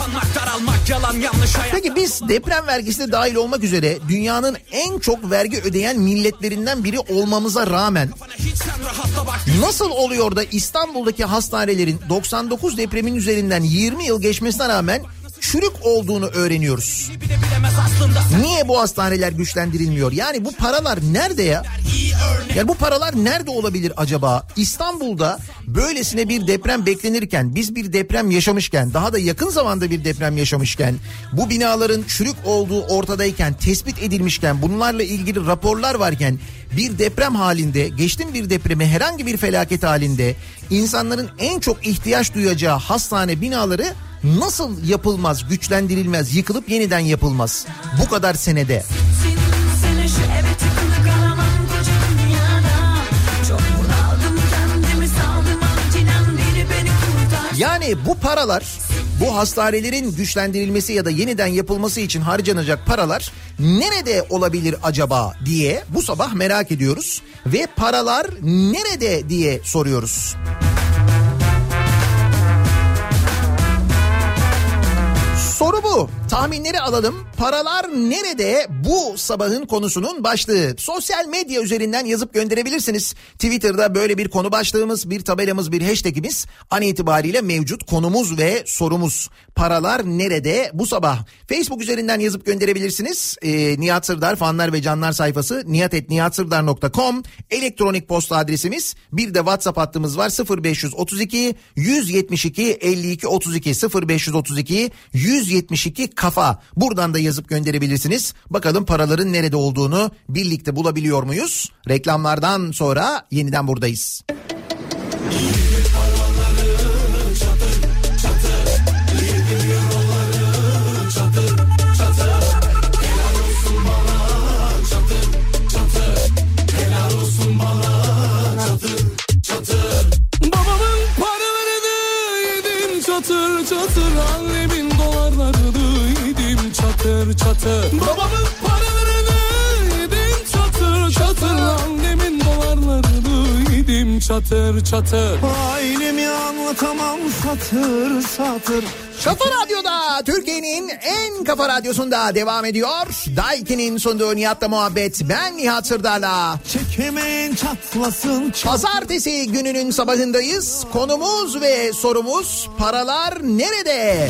Peki biz deprem vergisine dahil olmak üzere dünyanın en çok vergi ödeyen milletlerinden biri olmamıza rağmen nasıl oluyor da İstanbul'daki hastanelerin 99 depremin üzerinden 20 yıl geçmesine rağmen çürük olduğunu öğreniyoruz. Niye bu hastaneler güçlendirilmiyor? Yani bu paralar nerede ya? Yani bu paralar nerede olabilir acaba? İstanbul'da böylesine bir deprem beklenirken, biz bir deprem yaşamışken, daha da yakın zamanda bir deprem yaşamışken, bu binaların çürük olduğu ortadayken, tespit edilmişken, bunlarla ilgili raporlar varken, bir deprem halinde, geçtim bir depremi, herhangi bir felaket halinde insanların en çok ihtiyaç duyacağı hastane binaları nasıl yapılmaz, güçlendirilmez, yıkılıp yeniden yapılmaz bu kadar senede? Yani bu paralar, bu hastanelerin güçlendirilmesi ya da yeniden yapılması için harcanacak paralar nerede olabilir acaba diye bu sabah merak ediyoruz ve paralar nerede diye soruyoruz. Soru bu. Tahminleri alalım. Paralar nerede? Bu sabahın konusunun başlığı. Sosyal medya üzerinden yazıp gönderebilirsiniz. Twitter'da böyle bir konu başlığımız, bir tabelamız, bir hashtagimiz an itibariyle mevcut. Konumuz ve sorumuz. Paralar nerede? Bu sabah. Facebook üzerinden yazıp gönderebilirsiniz. Nihat Sırdar fanlar ve canlar sayfası nihat@nihatsırdar.com. Elektronik posta adresimiz. Bir de WhatsApp hattımız var. 0532 172 52 32 0532 172 kafa. Buradan da yazıp gönderebilirsiniz. Bakalım paraların nerede olduğunu birlikte bulabiliyor muyuz? Reklamlardan sonra yeniden buradayız. Babamın paralarını yedim çatır çatır, annemin dolarlarını yedim çatır çatır. Babamın paralarını yedim çatır çatır, annemin dolarlarını yedim çatır çatır. Ailemi anlatamam satır satır. Kafa Radyo'da, Türkiye'nin en kafa radyosunda devam ediyor. Daiki'nin sunduğu Nihat'la muhabbet. Ben Nihat Sırdar'la. Çekemeyin çatlasın. Pazartesi gününün sabahındayız. Konumuz ve sorumuz paralar nerede?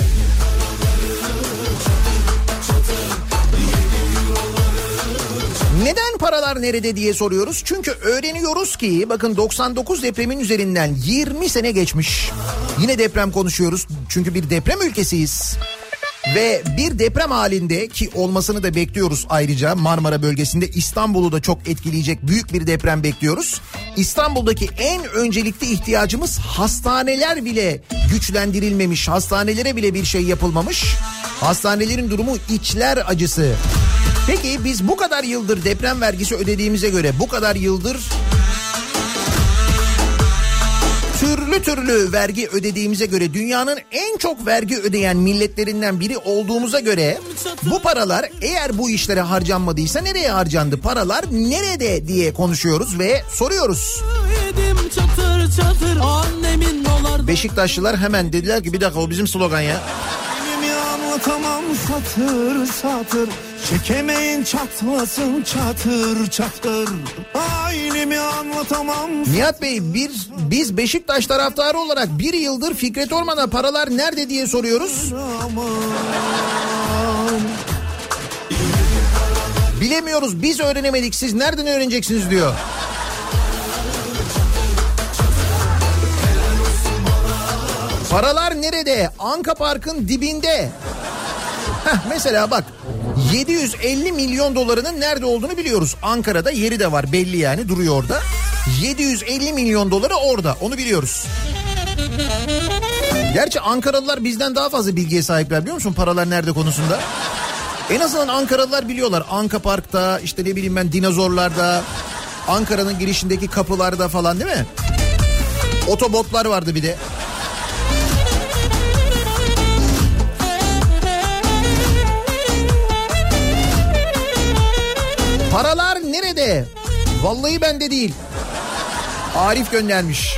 Neden paralar nerede diye soruyoruz. Çünkü öğreniyoruz ki bakın 99 depremin üzerinden 20 sene geçmiş. Yine deprem konuşuyoruz çünkü bir deprem ülkesiyiz. Ve bir deprem halinde, ki olmasını da bekliyoruz ayrıca, Marmara bölgesinde İstanbul'u da çok etkileyecek büyük bir deprem bekliyoruz. İstanbul'daki en öncelikli ihtiyacımız hastaneler bile güçlendirilmemiş, hastanelere bile bir şey yapılmamış. Hastanelerin durumu içler acısı. Peki biz bu kadar yıldır deprem vergisi ödediğimize göre, bu kadar yıldır türlü türlü vergi ödediğimize göre, dünyanın en çok vergi ödeyen milletlerinden biri olduğumuza göre, bu paralar eğer bu işlere harcanmadıysa nereye harcandı? Paralar nerede diye konuşuyoruz ve soruyoruz. Çatır, annemin dolar... Beşiktaşlılar hemen dediler ki bir dakika, o bizim slogan ya. Anlatamam satır satır. Çekemeyin çatlasın çatır çatır. Ailemi anlatamam. Nihat Bey, biz Beşiktaş taraftarı olarak bir yıldır Fikret Orman'a paralar nerede diye soruyoruz. Bilemiyoruz, biz öğrenemedik, siz nereden öğreneceksiniz diyor. Paralar nerede? Anka Park'ın dibinde. Mesela bak, 750 milyon dolarının nerede olduğunu biliyoruz. Ankara'da yeri de var belli, yani duruyor orada. 750 milyon doları orada, onu biliyoruz. Gerçi Ankaralılar bizden daha fazla bilgiye sahipler, biliyor musun, paralar nerede konusunda? En azından Ankaralılar biliyorlar. Anka Park'ta, işte ne bileyim ben, dinozorlarda, Ankara'nın girişindeki kapılarda falan, değil mi? Otobotlar vardı bir de. Paralar nerede? Vallahi bende değil. Arif göndermiş.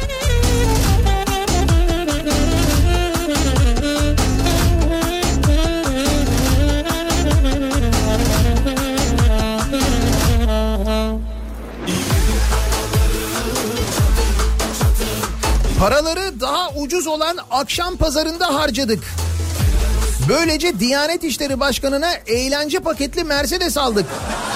Paraları daha ucuz olan akşam pazarında harcadık. Böylece Diyanet İşleri Başkanı'na eğlence paketli Mercedes aldık.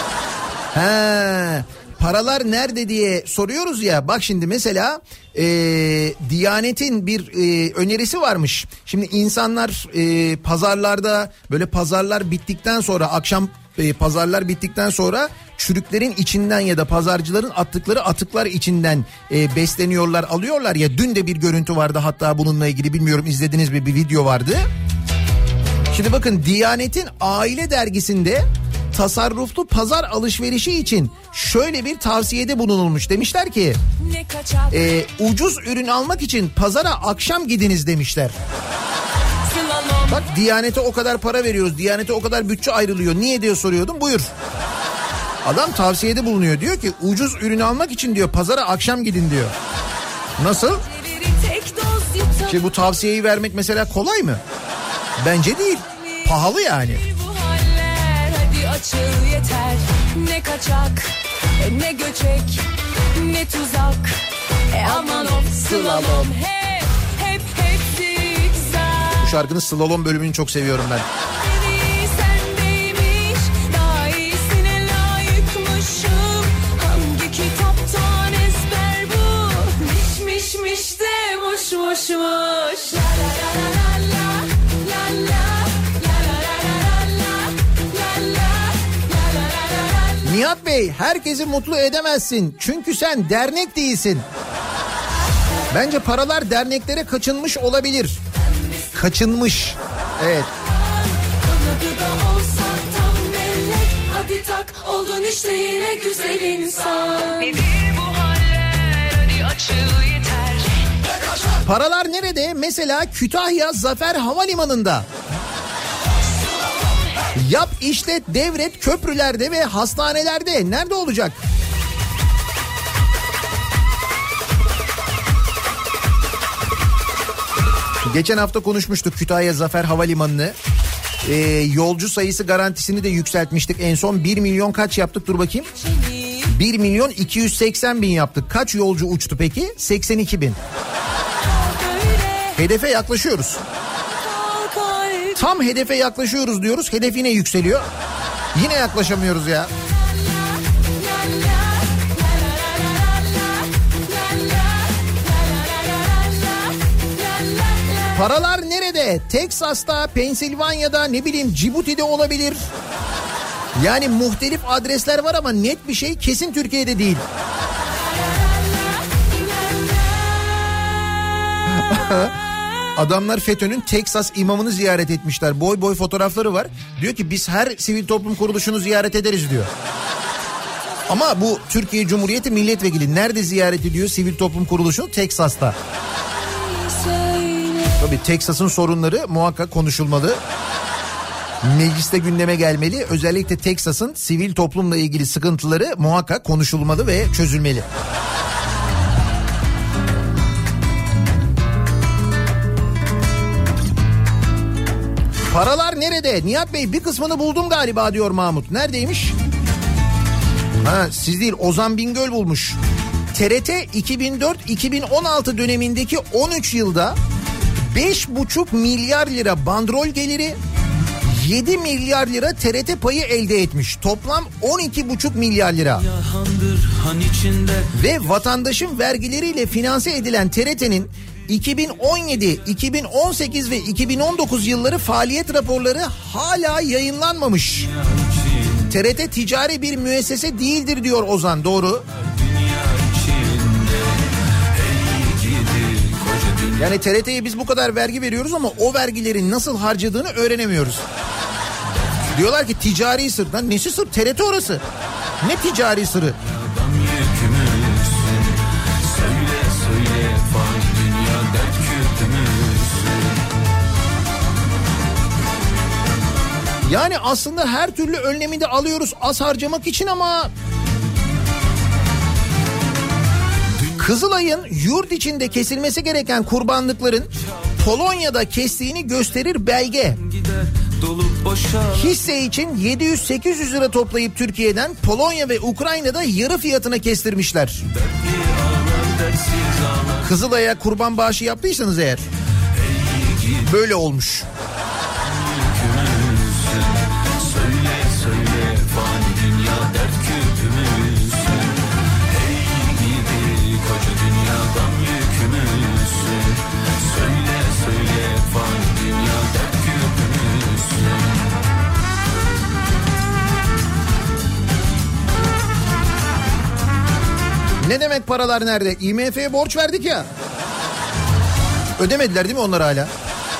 Paralar nerede diye soruyoruz ya. Bak şimdi mesela Diyanet'in bir önerisi varmış. Şimdi insanlar pazarlarda böyle pazarlar bittikten sonra akşam pazarlar bittikten sonra çürüklerin içinden ya da pazarcıların attıkları atıklar içinden besleniyorlar, alıyorlar ya. Dün de bir görüntü vardı hatta bununla ilgili, bilmiyorum izlediniz mi, bir video vardı. Şimdi bakın Diyanet'in Aile Dergisi'nde tasarruflu pazar alışverişi için şöyle bir tavsiyede bulunulmuş. Demişler ki ucuz ürün almak için pazara akşam gidiniz demişler. Bak Diyanet'e o kadar para veriyoruz, Diyanet'e o kadar bütçe ayrılıyor, niye diye soruyordum, buyur. Adam tavsiyede bulunuyor, diyor ki ucuz ürün almak için diyor pazara akşam gidin diyor. Nasıl? Şimdi bu tavsiyeyi vermek mesela kolay mı? Bence değil. Pahalı yani. Açıl yeter, ne kaçak, ne göçek, ne tuzak, aman of slalom, hep zikzak. Bu şarkının slalom bölümünü çok seviyorum ben. Sendeymiş, daha iyisine layıkmışım, hangi kitaptan ezber bu, miş de muş. La la la la la la. Nihat Bey, herkesi mutlu edemezsin çünkü sen dernek değilsin. Bence paralar derneklere kaçınmış olabilir. Kaçınmış. Evet. Hadi tak, oldun işte yine güzel insan. Paralar nerede? Mesela Kütahya Zafer Havalimanı'nda. Yap, işlet, devret köprülerde ve hastanelerde. Nerede olacak? Geçen hafta konuşmuştuk Kütahya Zafer Havalimanı'nı. Yolcu sayısı garantisini de yükseltmiştik. En son 1 milyon kaç yaptık? Dur bakayım. 1 milyon 280 bin yaptık. Kaç yolcu uçtu peki? 82 bin. Hedefe yaklaşıyoruz. Tam hedefe yaklaşıyoruz diyoruz. Hedef yine yükseliyor. Yine yaklaşamıyoruz ya. Paralar nerede? Teksas'ta, Pensilvanya'da, ne bileyim Cibuti'de olabilir. Yani muhtelif adresler var ama net bir şey kesin Türkiye'de değil. Adamlar FETÖ'nün Teksas imamını ziyaret etmişler. Boy boy fotoğrafları var. Diyor ki biz her sivil toplum kuruluşunu ziyaret ederiz diyor. Ama bu Türkiye Cumhuriyeti milletvekili nerede ziyaret ediyor sivil toplum kuruluşunu? Teksas'ta. Tabii Teksas'ın sorunları muhakkak konuşulmalı. Mecliste gündeme gelmeli. Özellikle Teksas'ın sivil toplumla ilgili sıkıntıları muhakkak konuşulmalı ve çözülmeli. Paralar nerede? Nihat Bey bir kısmını buldum galiba diyor Mahmut. Neredeymiş? Siz değil, Ozan Bingöl bulmuş. TRT 2004-2016 dönemindeki 13 yılda 5,5 milyar lira bandrol geliri, 7 milyar lira TRT payı elde etmiş. Toplam 12,5 milyar lira. Ve vatandaşın vergileriyle finanse edilen TRT'nin 2017, 2018 ve 2019 yılları faaliyet raporları hala yayınlanmamış. TRT ticari bir müessese değildir diyor Ozan, doğru. Yani TRT'ye biz bu kadar vergi veriyoruz ama o vergilerin nasıl harcadığını öğrenemiyoruz. Diyorlar ki ticari sır. Lan nesi sır? TRT orası. Ne ticari sırrı? Yani aslında her türlü önlemi de alıyoruz az harcamak için ama... Kızılay'ın yurt içinde kesilmesi gereken kurbanlıkların Polonya'da kestiğini gösterir belge. Hisse için 700-800 lira toplayıp Türkiye'den Polonya ve Ukrayna'da yarı fiyatına kestirmişler. Kızılay'a kurban bağışı yaptıysanız eğer böyle olmuş. paralar nerede? IMF'ye borç verdik ya. Ödemediler değil mi onlar hala?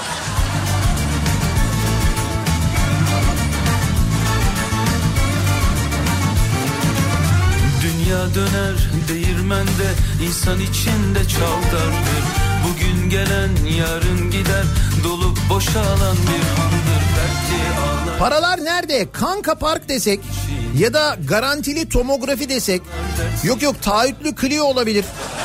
Dünya döner değirmende, insan içinde çavdardır. Bugün gelen yarın gider, dolup boşalan bir handır. Dertli ağlar. Paralar nerede? Kanka Park desek ya da garantili tomografi desek. Yok taahhütlü Clio olabilir.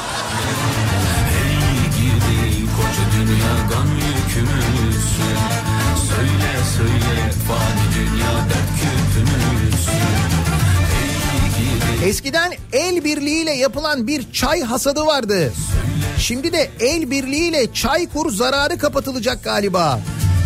Hey gidi koca dünya gam yükümüzsün. Söyle fani dünya dert küpümüzsün. Eskiden el birliğiyle yapılan bir çay hasadı vardı. Şimdi de el birliğiyle Çaykur zararı kapatılacak galiba.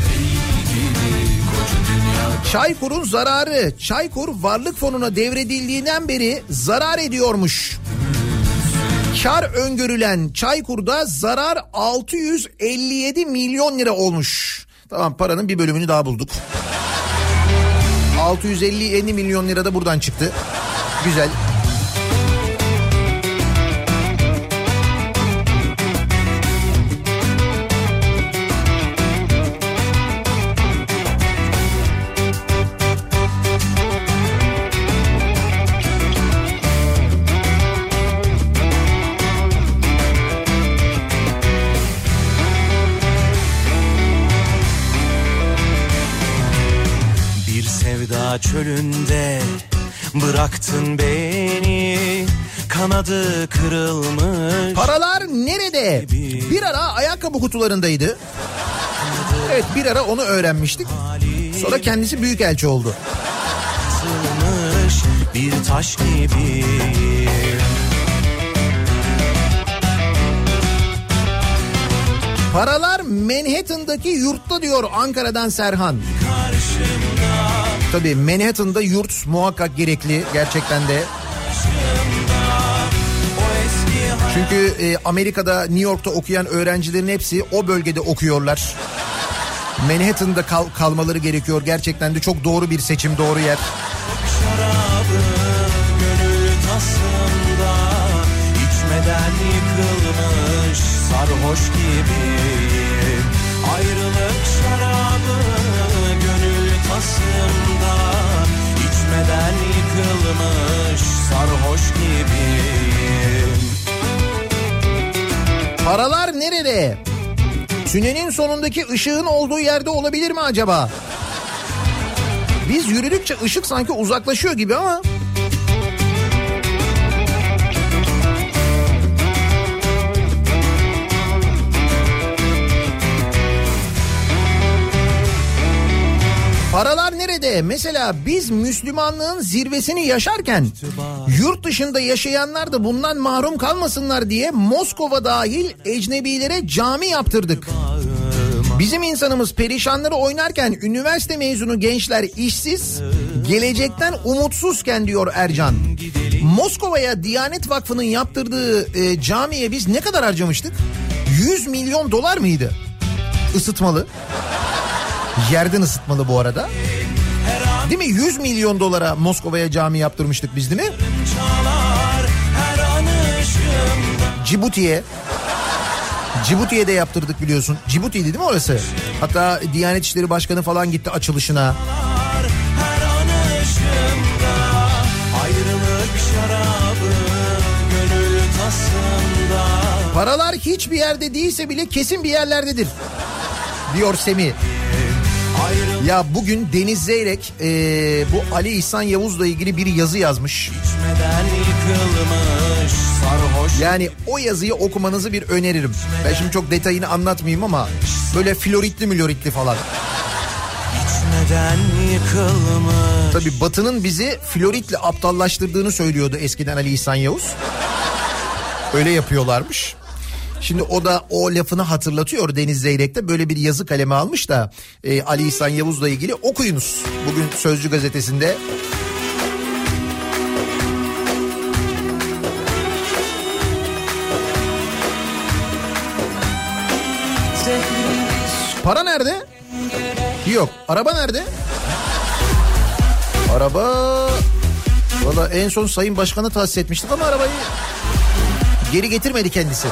Çaykur'un zararı, Çaykur Varlık Fonu'na devredildiğinden beri zarar ediyormuş. Kar öngörülen Çaykur'da zarar 657 milyon lira olmuş. Tamam, paranın bir bölümünü daha bulduk. 650 milyon lira da buradan çıktı. Güzel. Bir sevda çölünde bıraktın beni, kanadı kırılmış. Paralar nerede? Bir ara ayakkabı kutularındaydı. Evet, bir ara onu öğrenmiştik. Sonra kendisi büyükelçi oldu. Sılmış bir taş gibi. Paralar Manhattan'daki yurtta diyor Ankara'dan Serhan. Tabii Manhattan'da yurt muhakkak gerekli gerçekten de. Çünkü Amerika'da, New York'ta okuyan öğrencilerin hepsi o bölgede okuyorlar. Manhattan'da kalmaları gerekiyor. Gerçekten de çok doğru bir seçim, doğru yer. Şarabı gönül tasımda, içmeden yıkılmış sarhoş gibiyim. Ayrılık şarabı gönül tasımda, içmeden yıkılmış sarhoş gibiyim. Paralar nerede? Tünelin sonundaki ışığın olduğu yerde olabilir mi acaba? Biz yürüdükçe ışık sanki uzaklaşıyor gibi ama... Paralar nerede? Mesela biz Müslümanlığın zirvesini yaşarken yurt dışında yaşayanlar da bundan mahrum kalmasınlar diye Moskova dahil ecnebilere cami yaptırdık. Bizim insanımız perişanları oynarken üniversite mezunu gençler işsiz, gelecekten umutsuzken diyor Ercan. Moskova'ya Diyanet Vakfı'nın yaptırdığı camiye biz ne kadar harcamıştık? 100 milyon dolar mıydı? Isıtmalı. Yerden ısıtmalı bu arada. Değil mi? 100 milyon dolara Moskova'ya cami yaptırmıştık biz, değil mi? Cibuti'ye de yaptırdık biliyorsun. Cibuti'ydi değil mi orası? Hatta Diyanet İşleri Başkanı falan gitti açılışına. Paralar hiçbir yerde değilse bile kesin bir yerlerdedir diyor Semih. Ya bugün Deniz Zeyrek bu Ali İhsan Yavuz'la ilgili bir yazı yazmış. Yani o yazıyı okumanızı bir öneririm. Ben şimdi çok detayını anlatmayayım ama böyle floritli falan. Tabii Batı'nın bizi floritle aptallaştırdığını söylüyordu eskiden Ali İhsan Yavuz. Öyle yapıyorlarmış. Şimdi o da o lafını hatırlatıyor Deniz Zeyrek'te, böyle bir yazı kaleme almış da Ali İhsan Yavuz'la ilgili okuyunuz. Bugün Sözcü gazetesinde. Para nerede? Yok. Araba nerede? Araba... Valla en son Sayın Başkan'a tahsis etmiştik ama arabayı... Geri getirmedi kendisi.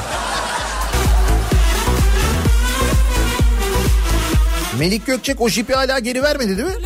Melik Gökçek o jipi hala geri vermedi değil mi?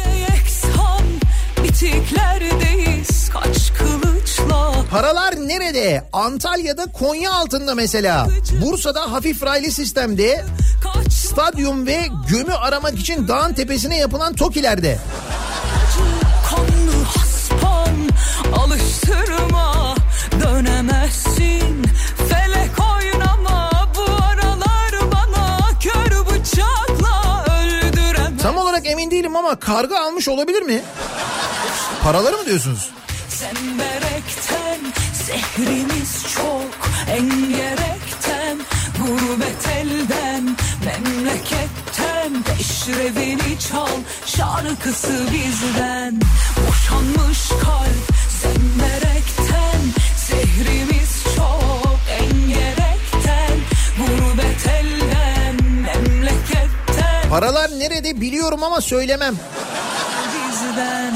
Kaç kılıçla. Paralar nerede? Antalya'da, Konya altında mesela. Bursa'da hafif raylı sistemde. Stadyum ve gömü aramak için dağın tepesine yapılan TOKİ'lerde. Kanlı haspan alıştırma, dönemezsin felek oynama, bu aralar bana kör bıçakla öldüremez. Tam olarak emin değilim ama karga almış olabilir mi? Paraları mı diyorsunuz? Zemberekten zehrimiz çok, engerekten gurbet elden, memleketten peşrevini çal, şarkısı bizden. Boşanmış kalp zemberekten, zehrimiz çok, engerekten gurbet elden, memleketten. Paralar nerede biliyorum ama söylemem. Bizden.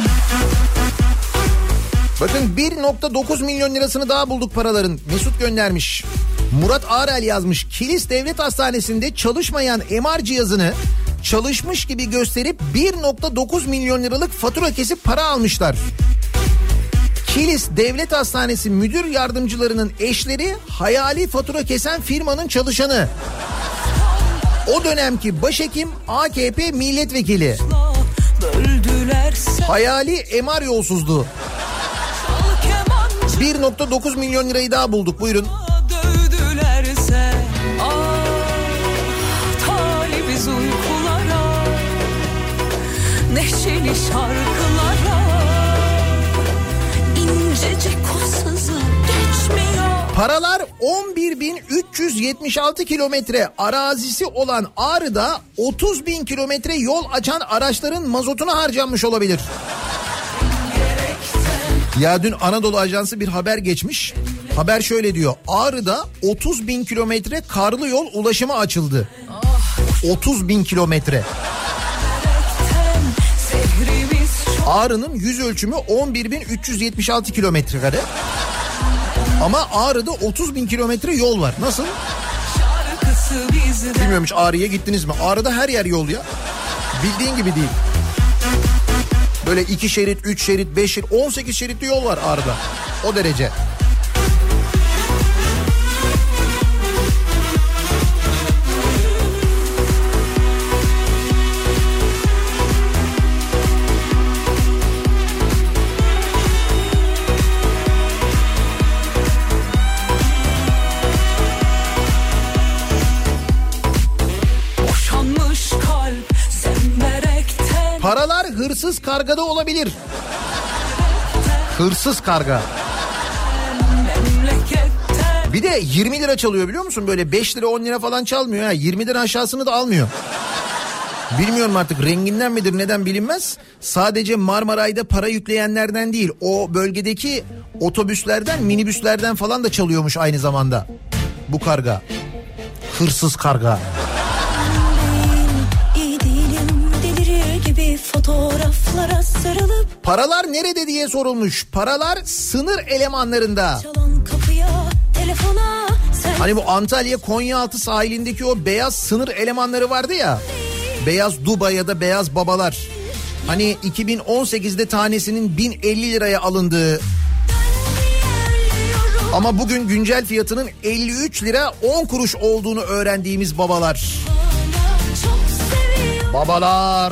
Bakın 1.9 milyon lirasını daha bulduk paraların. Mesut göndermiş. Murat Ağrel yazmış. Kilis Devlet Hastanesi'nde çalışmayan MR cihazını çalışmış gibi gösterip 1.9 milyon liralık fatura kesip para almışlar. Kilis Devlet Hastanesi müdür yardımcılarının eşleri hayali fatura kesen firmanın çalışanı. O dönemki başhekim AKP milletvekili. Hayali MR yolsuzluğu. 1.9 milyon lirayı daha bulduk, buyurun. Dövdülerse talibiz uykulara, neşeli şarkılara, incecik o sızı geçmiyor. Paralar 11.376 kilometre arazisi olan Ağrı'da 30.000 kilometre yol açan araçların mazotuna harcanmış olabilir. Ya dün Anadolu Ajansı bir haber geçmiş. Haber şöyle diyor. Ağrı'da 30.000 kilometre karlı yol ulaşıma açıldı. 30.000 kilometre. Ağrı'nın yüz ölçümü 11.376 kilometre kare. Ama Ağrı'da 30.000 kilometre yol var. Nasıl? Bilmiyorum, hiç Ağrı'ya gittiniz mi? Ağrı'da her yer yol ya. Bildiğin gibi değil. Böyle 2 şerit, 3 şerit, 5 şerit, 18 şeritli yol var Ağrı'da. O derece. Paralar hırsız kargada olabilir. Hırsız karga. Bir de 20 lira çalıyor biliyor musun? Böyle 5 lira 10 lira falan çalmıyor. 20 lira aşağısını da almıyor. Bilmiyorum artık renginden midir neden bilinmez. Sadece Marmaray'da para yükleyenlerden değil, o bölgedeki otobüslerden, minibüslerden falan da çalıyormuş aynı zamanda bu karga. Hırsız karga. Fotoğraflara sarılıp paralar nerede diye sorulmuş. Paralar sınır elemanlarında. Kapıya, telefona, hani bu Antalya Konyaaltı sahilindeki o beyaz sınır elemanları vardı ya. Beyaz Duba ya da beyaz babalar. Hani 2018'de tanesinin 1050 liraya alındığı. Ama bugün güncel fiyatının 53 lira 10 kuruş olduğunu öğrendiğimiz babalar. Babalar.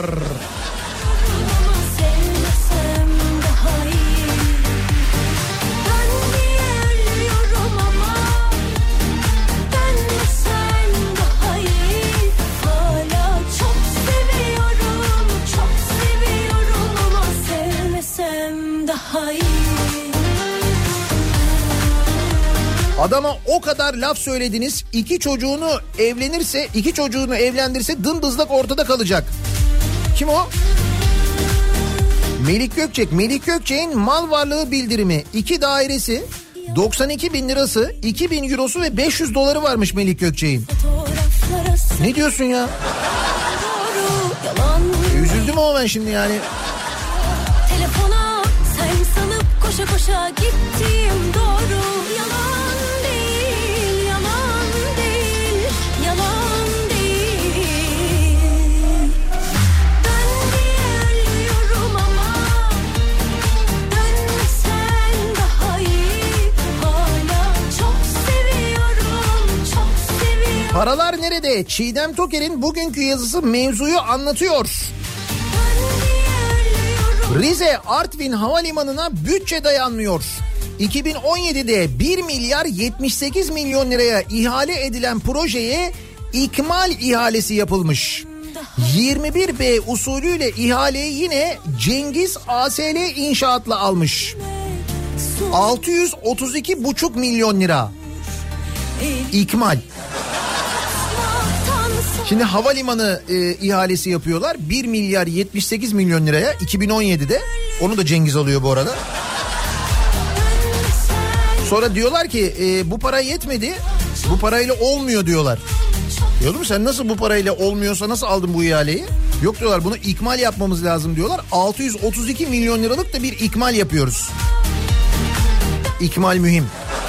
Adama o kadar laf söylediniz, iki çocuğunu evlendirse dımdızlak ortada kalacak. Kim o? Melik Gökçek. Melik Gökçek'in mal varlığı bildirimi 2 dairesi, 92 bin lirası, 2 bin eurosu ve 500 doları varmış Melik Gökçek'in. Ne diyorsun ya? Üzüldüm ama ben şimdi yani. Telefona sen sanıp koşa koşa gittiğim doğru, yalan değil. nerede? Çiğdem Toker'in bugünkü yazısı mevzuyu anlatıyor. Rize Artvin Havalimanı'na bütçe dayanmıyor. 2017'de 1 milyar 78 milyon liraya ihale edilen projeye ikmal ihalesi yapılmış. 21B usulüyle ihaleyi yine Cengiz ASL İnşaat'la almış. 632,5 milyon lira. İkmal. Şimdi havalimanı ihalesi yapıyorlar. 1 milyar 78 milyon liraya 2017'de. Onu da Cengiz alıyor bu arada. Sonra diyorlar ki bu para yetmedi. Bu parayla olmuyor diyorlar. Diyorum sen nasıl bu parayla olmuyorsa nasıl aldın bu ihaleyi? Yok diyorlar bunu ikmal yapmamız lazım diyorlar. 632 milyon liralık da bir ikmal yapıyoruz. İkmal mühim.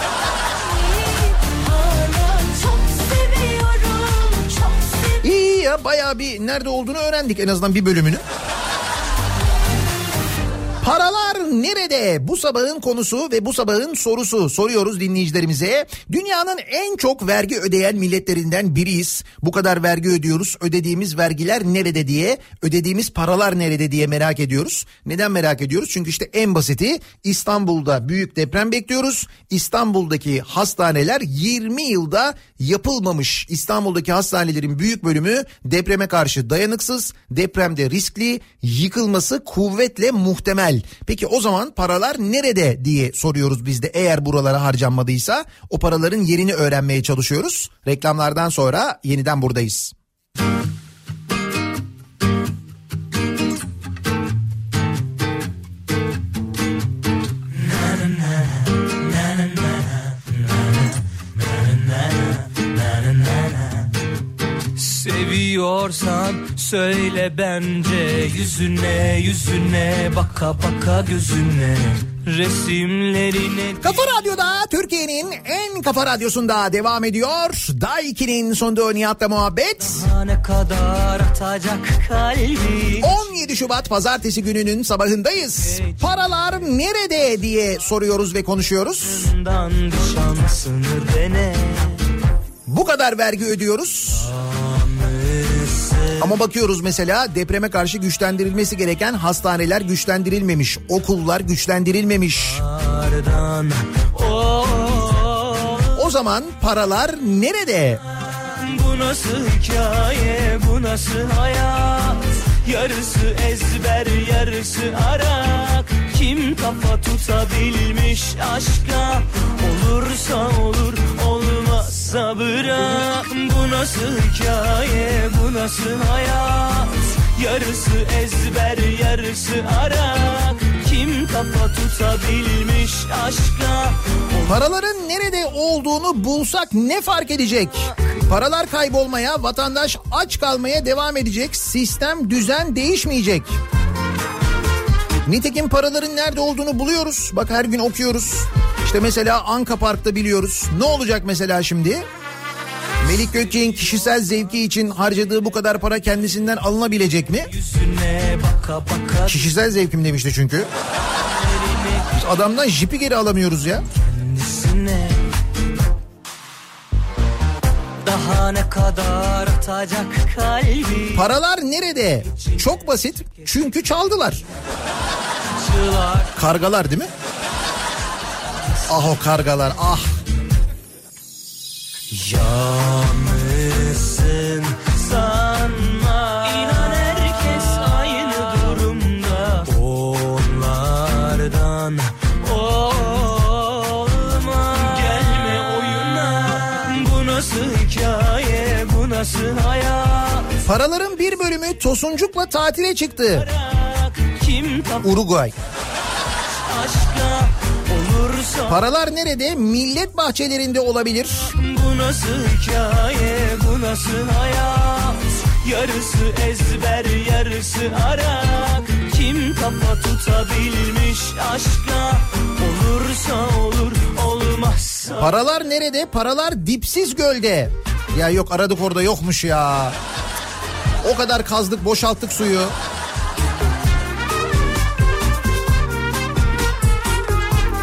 İyi ya bayağı bir nerede olduğunu öğrendik en azından bir bölümünü. Paralar nerede? Bu sabahın konusu ve bu sabahın sorusu. Soruyoruz dinleyicilerimize. Dünyanın en çok vergi ödeyen milletlerinden biriyiz. Bu kadar vergi ödüyoruz. Ödediğimiz vergiler nerede diye, ödediğimiz paralar nerede diye merak ediyoruz. Neden merak ediyoruz? Çünkü işte en basiti İstanbul'da büyük deprem bekliyoruz. İstanbul'daki hastaneler 20 yılda yapılmamış. İstanbul'daki hastanelerin büyük bölümü depreme karşı dayanıksız, depremde riskli, yıkılması kuvvetle muhtemel. Peki o zaman paralar nerede diye soruyoruz biz de, eğer buralara harcanmadıysa o paraların yerini öğrenmeye çalışıyoruz. Reklamlardan sonra yeniden buradayız. Seviyorsan söyle bence, yüzüne yüzüne baka baka gözüne, resimlerine. Kafa Radyo'da, Türkiye'nin en kafa radyosunda devam ediyor. Day 2'nin sonunda Nihat'la muhabbet. Ne kadar atacak kalbi. 17 Şubat Pazartesi gününün sabahındayız. Paralar nerede diye soruyoruz ve konuşuyoruz. Şansını dene. Bu kadar vergi ödüyoruz. Ama bakıyoruz mesela depreme karşı güçlendirilmesi gereken hastaneler güçlendirilmemiş, okullar güçlendirilmemiş. O zaman paralar nerede? Bu nasıl hikaye, bu nasıl hayat? Yarısı ezber, yarısı arak. Kim kafa tutabilmiş aşka? Olursa olur, olmazsa bırak. Bu nasıl hikaye, bu nasıl hayat? Yarısı ezber, yarısı arak. Kim kafa tutabilmiş aşka? Paraların nerede olduğunu bulsak ne fark edecek? Paralar kaybolmaya, vatandaş aç kalmaya devam edecek. Sistem, düzen değişmeyecek. Nitekim paraların nerede olduğunu buluyoruz. Bak her gün okuyoruz. İşte mesela Anka Park'ta biliyoruz. Ne olacak mesela şimdi? Melik Gökçek'in kişisel zevki için harcadığı bu kadar para kendisinden alınabilecek mi? Baka baka. Kişisel zevkim demişti çünkü. Biz adamdan jipi geri alamıyoruz ya. Kendisine. Daha ne kadar atacak kalbi. Paralar nerede? Çok basit. Çünkü çaldılar. Kargalar değil mi? Ah o kargalar ah. Yalnızsın sanma. İnan herkes aynı durumda. Onlardan olma. Gelme oyuna. Bu nasıl hikaye, bu nasıl hayat? Paraların bir bölümü Tosuncuk'la tatile çıktı. Kim Uruguay. aşka olursa. Paralar nerede? Millet bahçelerinde olabilir. Bu nasıl hikaye, bu nasıl hayat? Yarısı ezber, yarısı arak. Kim kafa tutabilmiş aşka? Olursa olur, olmazsa. Paralar nerede? Paralar dipsiz gölde. Ya yok aradık orada yokmuş ya. O kadar kazdık, boşalttık suyu.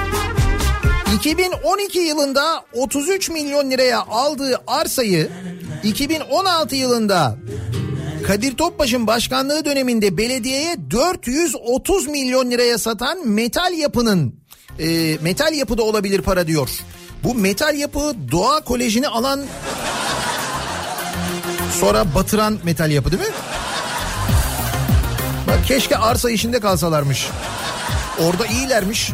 ...2012 yılında 33 milyon liraya aldığı arsayı 2016 yılında Kadir Topbaş'ın başkanlığı döneminde belediyeye 430 milyon liraya satan metal yapıda olabilir para diyor. Bu metal yapı Doğa Koleji'ni alan, sonra batıran metal yapı değil mi? Bak keşke arsa işinde kalsalarmış. Orada iyilermiş.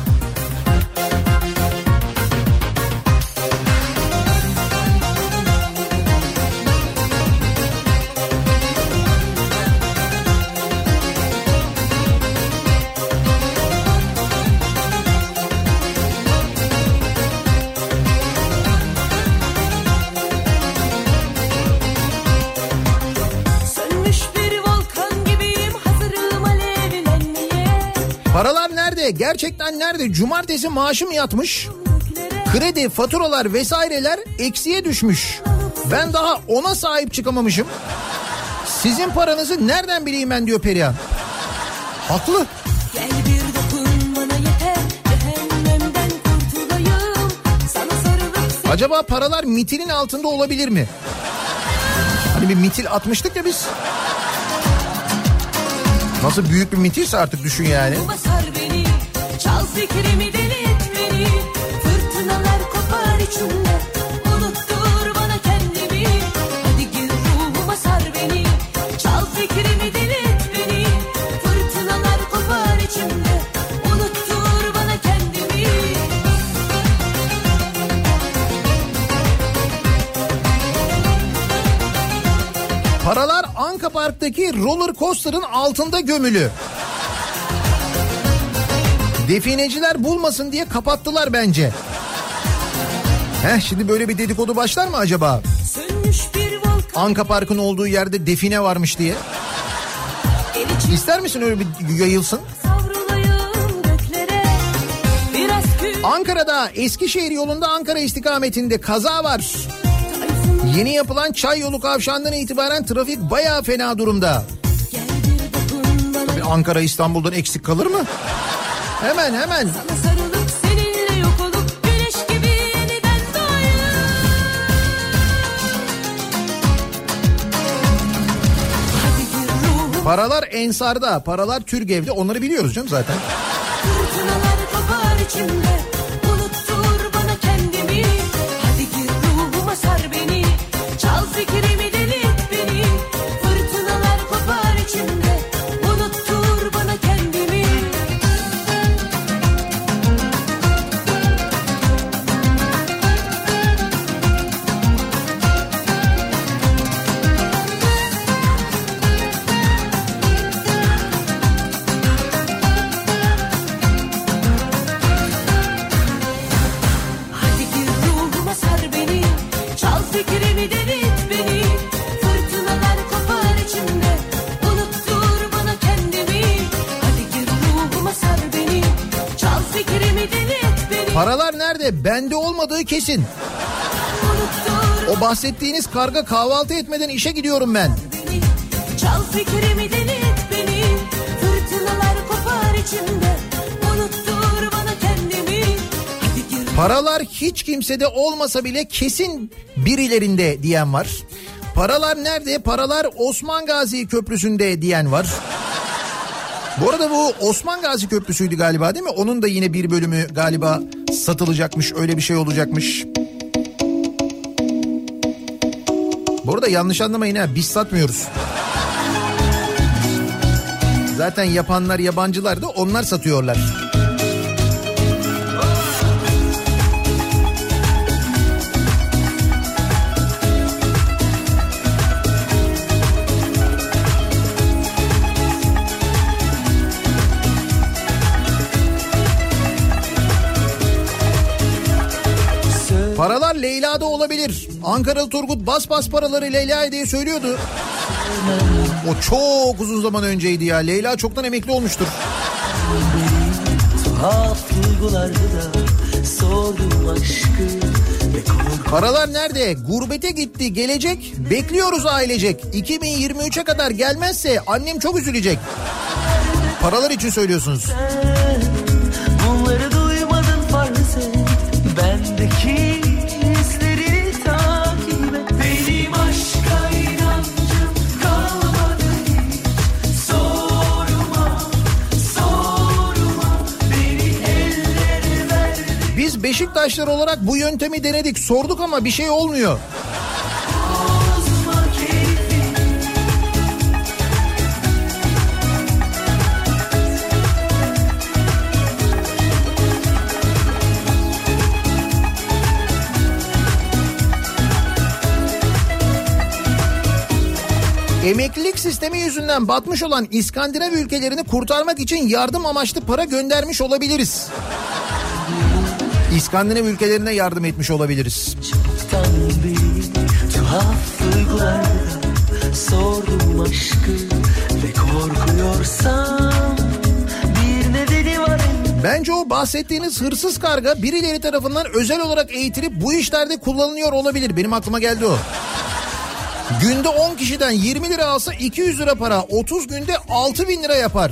Paralar nerede? Gerçekten nerede? Cumartesi maaşım yatmış. Kredi, faturalar vesaireler eksiye düşmüş. Ben daha ona sahip çıkamamışım. Sizin paranızı nereden bileyim ben diyor Perihan. Haklı. Gel bir dokun bana yeter, cehennemden kurtulayım. Sana sarılıp... Acaba paralar mitilin altında olabilir mi? Hani bir mitil atmıştık ya biz. Nasıl büyük bir mitilse artık düşün yani. Sar beni, çal fikrimi, deli et beni. Fırtınalar kopar içimde, unuttur bana kendimi. Hadi gir ruhuma sar beni, çal fikrimi, deli et beni. Fırtınalar kopar içimde, unuttur bana kendimi. Paralar Anka Park'taki roller coaster'ın altında gömülü. Defineciler bulmasın diye kapattılar bence. Şimdi böyle bir dedikodu başlar mı acaba? Anka Park'ın olduğu yerde define varmış diye. İster misin öyle bir yayılsın? Ankara'da Eskişehir yolunda Ankara istikametinde kaza var. Yeni yapılan Çay Yolu kavşağından itibaren trafik bayağı fena durumda. Tabii Ankara İstanbul'dan eksik kalır mı? Hemen. Paralar Ensar'da, paralar Türgev'de, onları biliyoruz canım zaten. Fırtınalar kopar içimde, unuttur bana kendimi. Hadi gir ruhuma sar beni, çal fikrimi, deli et beni. Fırtınalar kopar içimde, unuttur bana kendimi. Fikrimi, deli et beni. Fırtınalar kopar içimde, unuttur bana kendimi. Hadi gir ruhuma sar beni, çal fikrimi, deli et beni. Paralar nerede? Bende olmadığı kesin. O bahsettiğiniz karga kahvaltı etmeden işe gidiyorum ben. Çal fikrimi, deli et beni. Fırtınalar kopar içimde, unuttur bana kendimi. Paralar hiç kimsede olmasa bile kesin birilerinde diyen var. Paralar nerede? Paralar Osman Gazi Köprüsü'nde diyen var. Bu arada bu Osman Gazi Köprüsü'ydü galiba değil mi? Onun da yine bir bölümü galiba satılacakmış, öyle bir şey olacakmış. Bu arada yanlış anlamayın ha, biz satmıyoruz. Zaten yapanlar yabancılar da, onlar satıyorlar. Paralar Leyla'da olabilir. Ankaralı Turgut bas paraları Leyla'ya diye söylüyordu. O çok uzun zaman önceydi ya. Leyla çoktan emekli olmuştur. Paralar nerede? Gurbete gitti, gelecek. Bekliyoruz ailecek. 2023'e kadar gelmezse annem çok üzülecek. Paralar için söylüyorsunuz. Bunları duymadın farz et. Bendeki izlerini takip et. Benim Beşiktaşlar olarak bu yöntemi denedik, sorduk ama bir şey olmuyor. Emeklilik sistemi yüzünden batmış olan İskandinav ülkelerini kurtarmak için yardım amaçlı para göndermiş olabiliriz. İskandinav ülkelerine yardım etmiş olabiliriz. Çoktan bir tuhaflıklarla sordum aşkı ve korkuyorsam bir nedeni var. Bence o bahsettiğiniz hırsız karga birileri tarafından özel olarak eğitilip bu işlerde kullanılıyor olabilir. Benim aklıma geldi o. Günde 10 kişiden 20 lira alsa 200 lira para. 30 günde 6.000 lira yapar.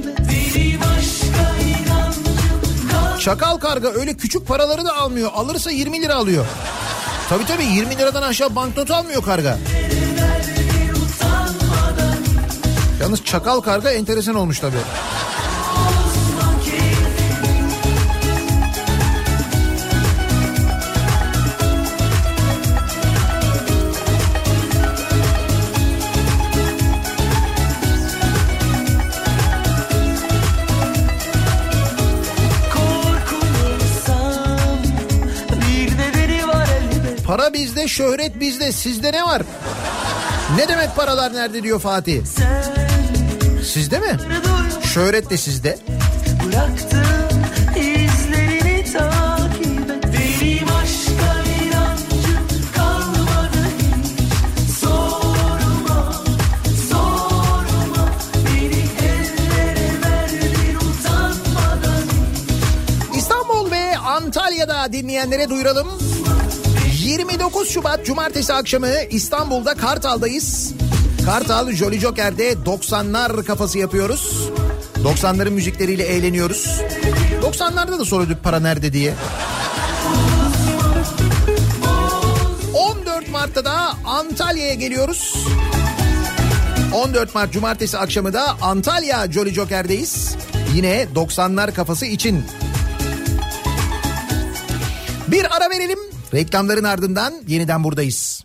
Çakal karga öyle küçük paraları da almıyor. Alırsa 20 lira alıyor. Tabii 20 liradan aşağı banknot almıyor karga. Yalnız çakal karga enteresan olmuş tabii. Para bizde, şöhret bizde. Sizde ne var? Ne demek paralar nerede diyor Fatih. Sizde mi? Şöhret de sizde. Bıraktım izlerini takip et. Benim aşka inancım kalmadı hiç. Sorma beni ellere verdin utanmadan. İstanbul ve Antalya'da dinleyenlere duyuralım. 29 Şubat Cumartesi akşamı İstanbul'da Kartal'dayız. Kartal Jolly Joker'de 90'lar kafası yapıyoruz. 90'ların müzikleriyle eğleniyoruz. 90'larda da sorduk para nerede diye. 14 Mart'ta da Antalya'ya geliyoruz. 14 Mart Cumartesi akşamı da Antalya Jolly Joker'deyiz. Yine 90'lar kafası için. Bir ara verelim. Reklamların ardından yeniden buradayız.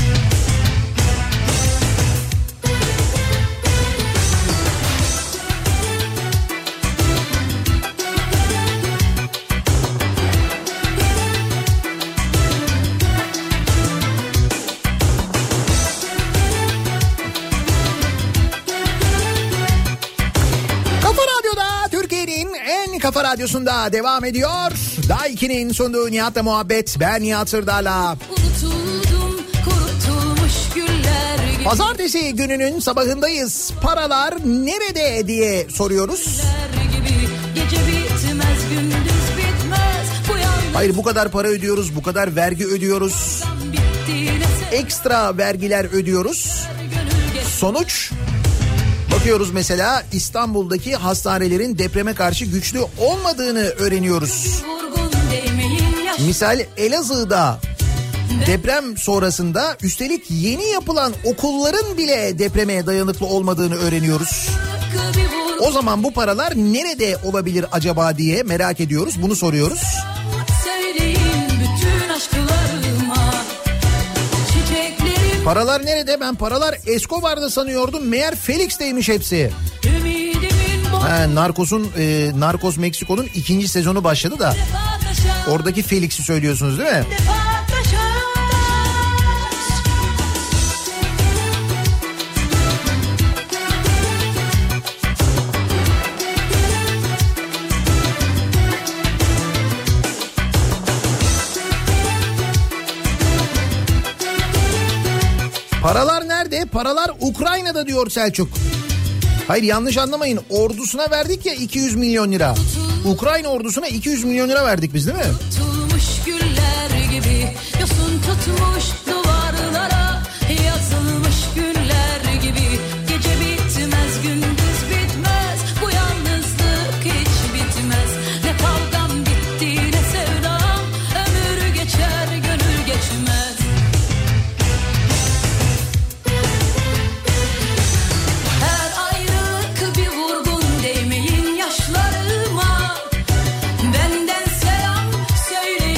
Kafa Radyosu'nda devam ediyor. Daiki'nin sunduğu Nihat'la muhabbet. Ben Nihat Sırdar'la. Pazartesi gününün sabahındayız. Paralar nerede diye soruyoruz. Hayır, bu kadar para ödüyoruz, bu kadar vergi ödüyoruz. Ekstra vergiler ödüyoruz. Sonuç? Bakıyoruz mesela İstanbul'daki hastanelerin depreme karşı güçlü olmadığını öğreniyoruz. Misal Elazığ'da deprem sonrasında üstelik yeni yapılan okulların bile depreme dayanıklı olmadığını öğreniyoruz. O zaman bu paralar nerede olabilir acaba diye merak ediyoruz, bunu soruyoruz. Paralar nerede? Ben paralar Escobar'da sanıyordum. Meğer Felix'teymiş hepsi. Narcos Meksiko'nun 2. sezonu başladı da. Oradaki Felix'i söylüyorsunuz değil mi? Paralar nerede? Paralar Ukrayna'da diyor Selçuk. Hayır, yanlış anlamayın. Ordusuna verdik ya 200 milyon lira. Ukrayna ordusuna 200 milyon lira verdik biz değil mi? Tutulmuş güller gibi yosun tutmuş duvarlara, yazılmış günler gibi gece bitmez gündüz bitmez, bu yalnızlık hiç bitmez. Ne kavgam bitti ne sevdam, ömür geçer gönül geçmez. Söyle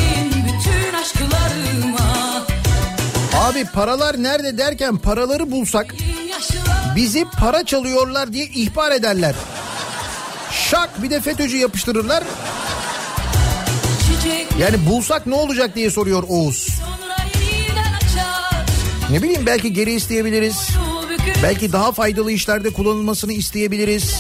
Abi paralar nerede derken paraları bulsak bizi para çalıyorlar diye ihbar ederler. Şak bir de FETÖ'cü yapıştırırlar. Yani bulsak ne olacak diye soruyor Oğuz. Ne bileyim belki geri isteyebiliriz. Belki daha faydalı işlerde kullanılmasını isteyebiliriz.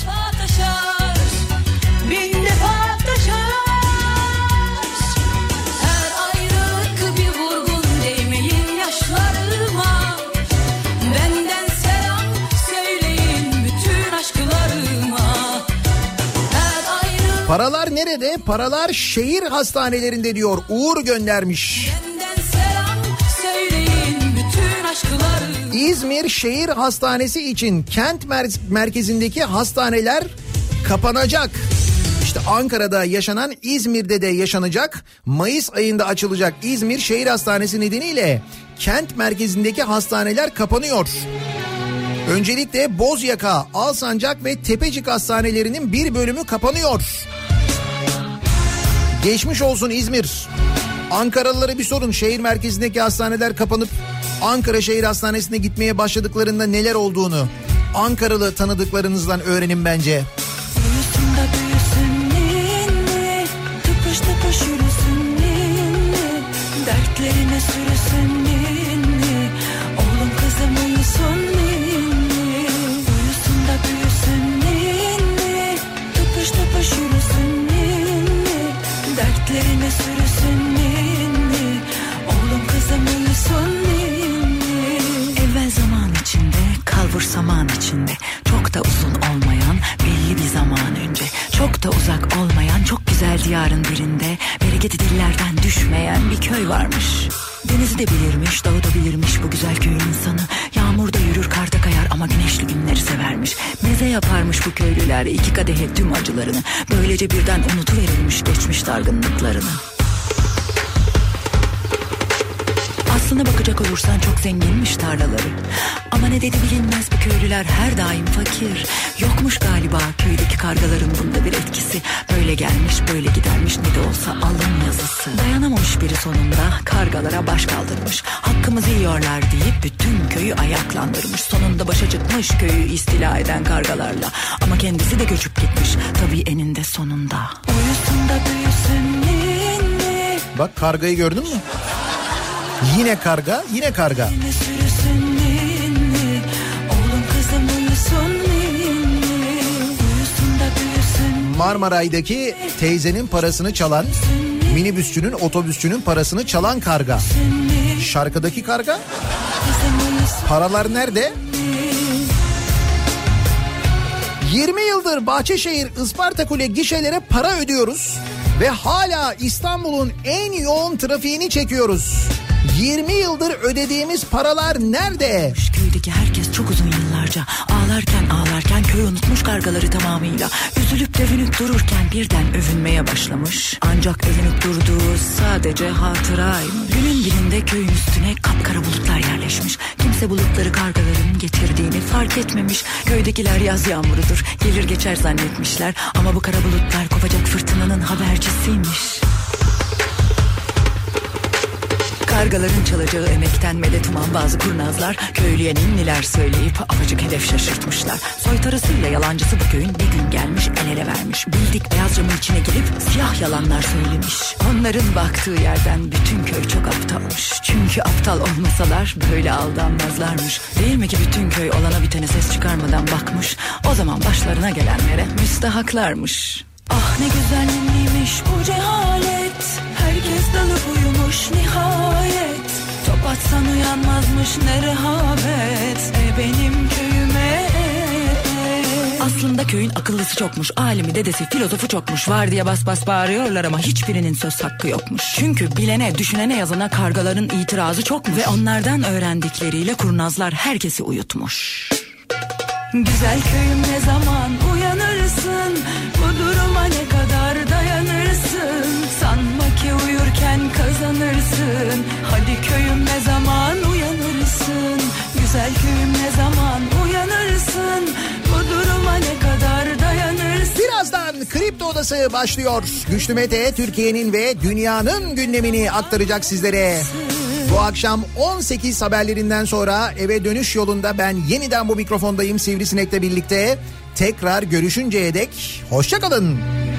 Paralar nerede? Paralar şehir hastanelerinde diyor. Uğur göndermiş. İzmir Şehir Hastanesi için kent merkezindeki hastaneler kapanacak. İşte Ankara'da yaşanan İzmir'de de yaşanacak. Mayıs ayında açılacak İzmir Şehir Hastanesi nedeniyle kent merkezindeki hastaneler kapanıyor. Öncelikle Bozyaka, Alsancak ve Tepecik hastanelerinin bir bölümü kapanıyor. Geçmiş olsun İzmir. Ankaralılara bir sorun, şehir merkezindeki hastaneler kapanıp Ankara Şehir Hastanesi'ne gitmeye başladıklarında neler olduğunu. Ankaralı tanıdıklarınızdan öğrenin bence. Dertlerine sürüsün ninni, oğlum kızım uyusun ninni, uyusun da büyüsün ninni, tıpış tıpış yürüsün ninni, dertlerine sürüsün ninni, oğlum kızım uyusun ninni. Evvel zaman içinde, kalbur saman içinde, çok da uzun olmayan belli bir zaman önce, çok da uzak olmayan çok güzel diyarın birinde bereketi dillerden düşmeyen bir köy varmış. Denizi de bilirmiş, dağı da bilirmiş bu güzel köyün insanı. Yağmurda yürür, karda kayar ama güneşli günleri severmiş. Meze yaparmış bu köylüler iki kadehe tüm acılarını. Böylece birden unutuverilmiş geçmiş dargınlıklarını. Aslına bakacak olursan çok zenginmiş tarlaları. Ama ne dedi bilinmez bu köylüler her daim fakir. Yokmuş galiba köydeki kargaların bunda bir etkisi. Böyle gelmiş böyle gidermiş ne de olsa alın yazısı. Dayanamamış biri sonunda kargalara baş kaldırmış. Hakkımızı yiyorlar deyip bütün köyü ayaklandırmış. Sonunda başa çıkmış köyü istila eden kargalarla. Ama kendisi de göçüp gitmiş tabii eninde sonunda. Uyusun da büyüsün ninni. Bak kargayı gördün mü? Yine karga, yine karga. Marmaray'daki teyzenin parasını çalan, minibüsçünün, otobüsçünün parasını çalan karga. Şarkıdaki karga. Paralar nerede? 20 yıldır Bahçeşehir Ispartakule gişelere para ödüyoruz ve hala İstanbul'un en yoğun trafiğini çekiyoruz. 20 yıldır ödediğimiz paralar nerede? Köydeki herkes çok uzun yıllarca ağlarken köy unutmuş kargaları tamamıyla. Üzülüp dövünüp dururken birden övünmeye başlamış. Ancak övünüp durduğu sadece hatıraymış. Günün birinde köyün üstüne kapkara bulutlar yerleşmiş. Kimse bulutları kargaların getirdiğini fark etmemiş. Köydekiler yaz yağmurudur gelir geçer zannetmişler. Ama bu kara bulutlar kopacak fırtınanın habercisiymiş. Kargaların çalacağı emekten medet uman bazı kurnazlar köylüye ninniler söyleyip apacık hedef şaşırtmışlar. Soytarısıyla yalancısı bu köyün bir gün gelmiş el ele vermiş. Bildik beyaz camın içine girip siyah yalanlar söylemiş. Onların baktığı yerden bütün köy çok aptalmış. Çünkü aptal olmasalar böyle aldanmazlarmış. Değil mi ki bütün köy olana bitene ses çıkarmadan bakmış. O zaman başlarına gelenlere müstahaklarmış. Ah ne güzel ninniymiş bu cehalet. Herkes dalıp uyumuş nihayet. Top atsan uyanmazmış ne rehavet. Benim köyüme. Aslında köyün akıllısı çokmuş. Alimi, dedesi, filozofu çokmuş. Var diye bas bas bağırıyorlar ama hiçbirinin söz hakkı yokmuş. Çünkü bilene, düşünene, yazana kargaların itirazı çokmuş. Ve onlardan öğrendikleriyle kurnazlar herkesi uyutmuş. Güzel köyüm ne zaman uyanırsın? Bu duruma ne kadar dayanırsın? Sanma ki uyurken kazanırsın. Hadi köyüm ne zaman uyanırsın? Güzel köyüm ne zaman uyanırsın? Bu duruma ne kadar dayanırsın? Birazdan Kripto Odası başlıyor. Güçlü Mete Türkiye'nin ve dünyanın gündemini aktaracak sizlere. Bu akşam 18 haberlerinden sonra eve dönüş yolunda ben yeniden bu mikrofondayım Sivrisinek'le birlikte. Tekrar görüşünceye dek hoşça kalın.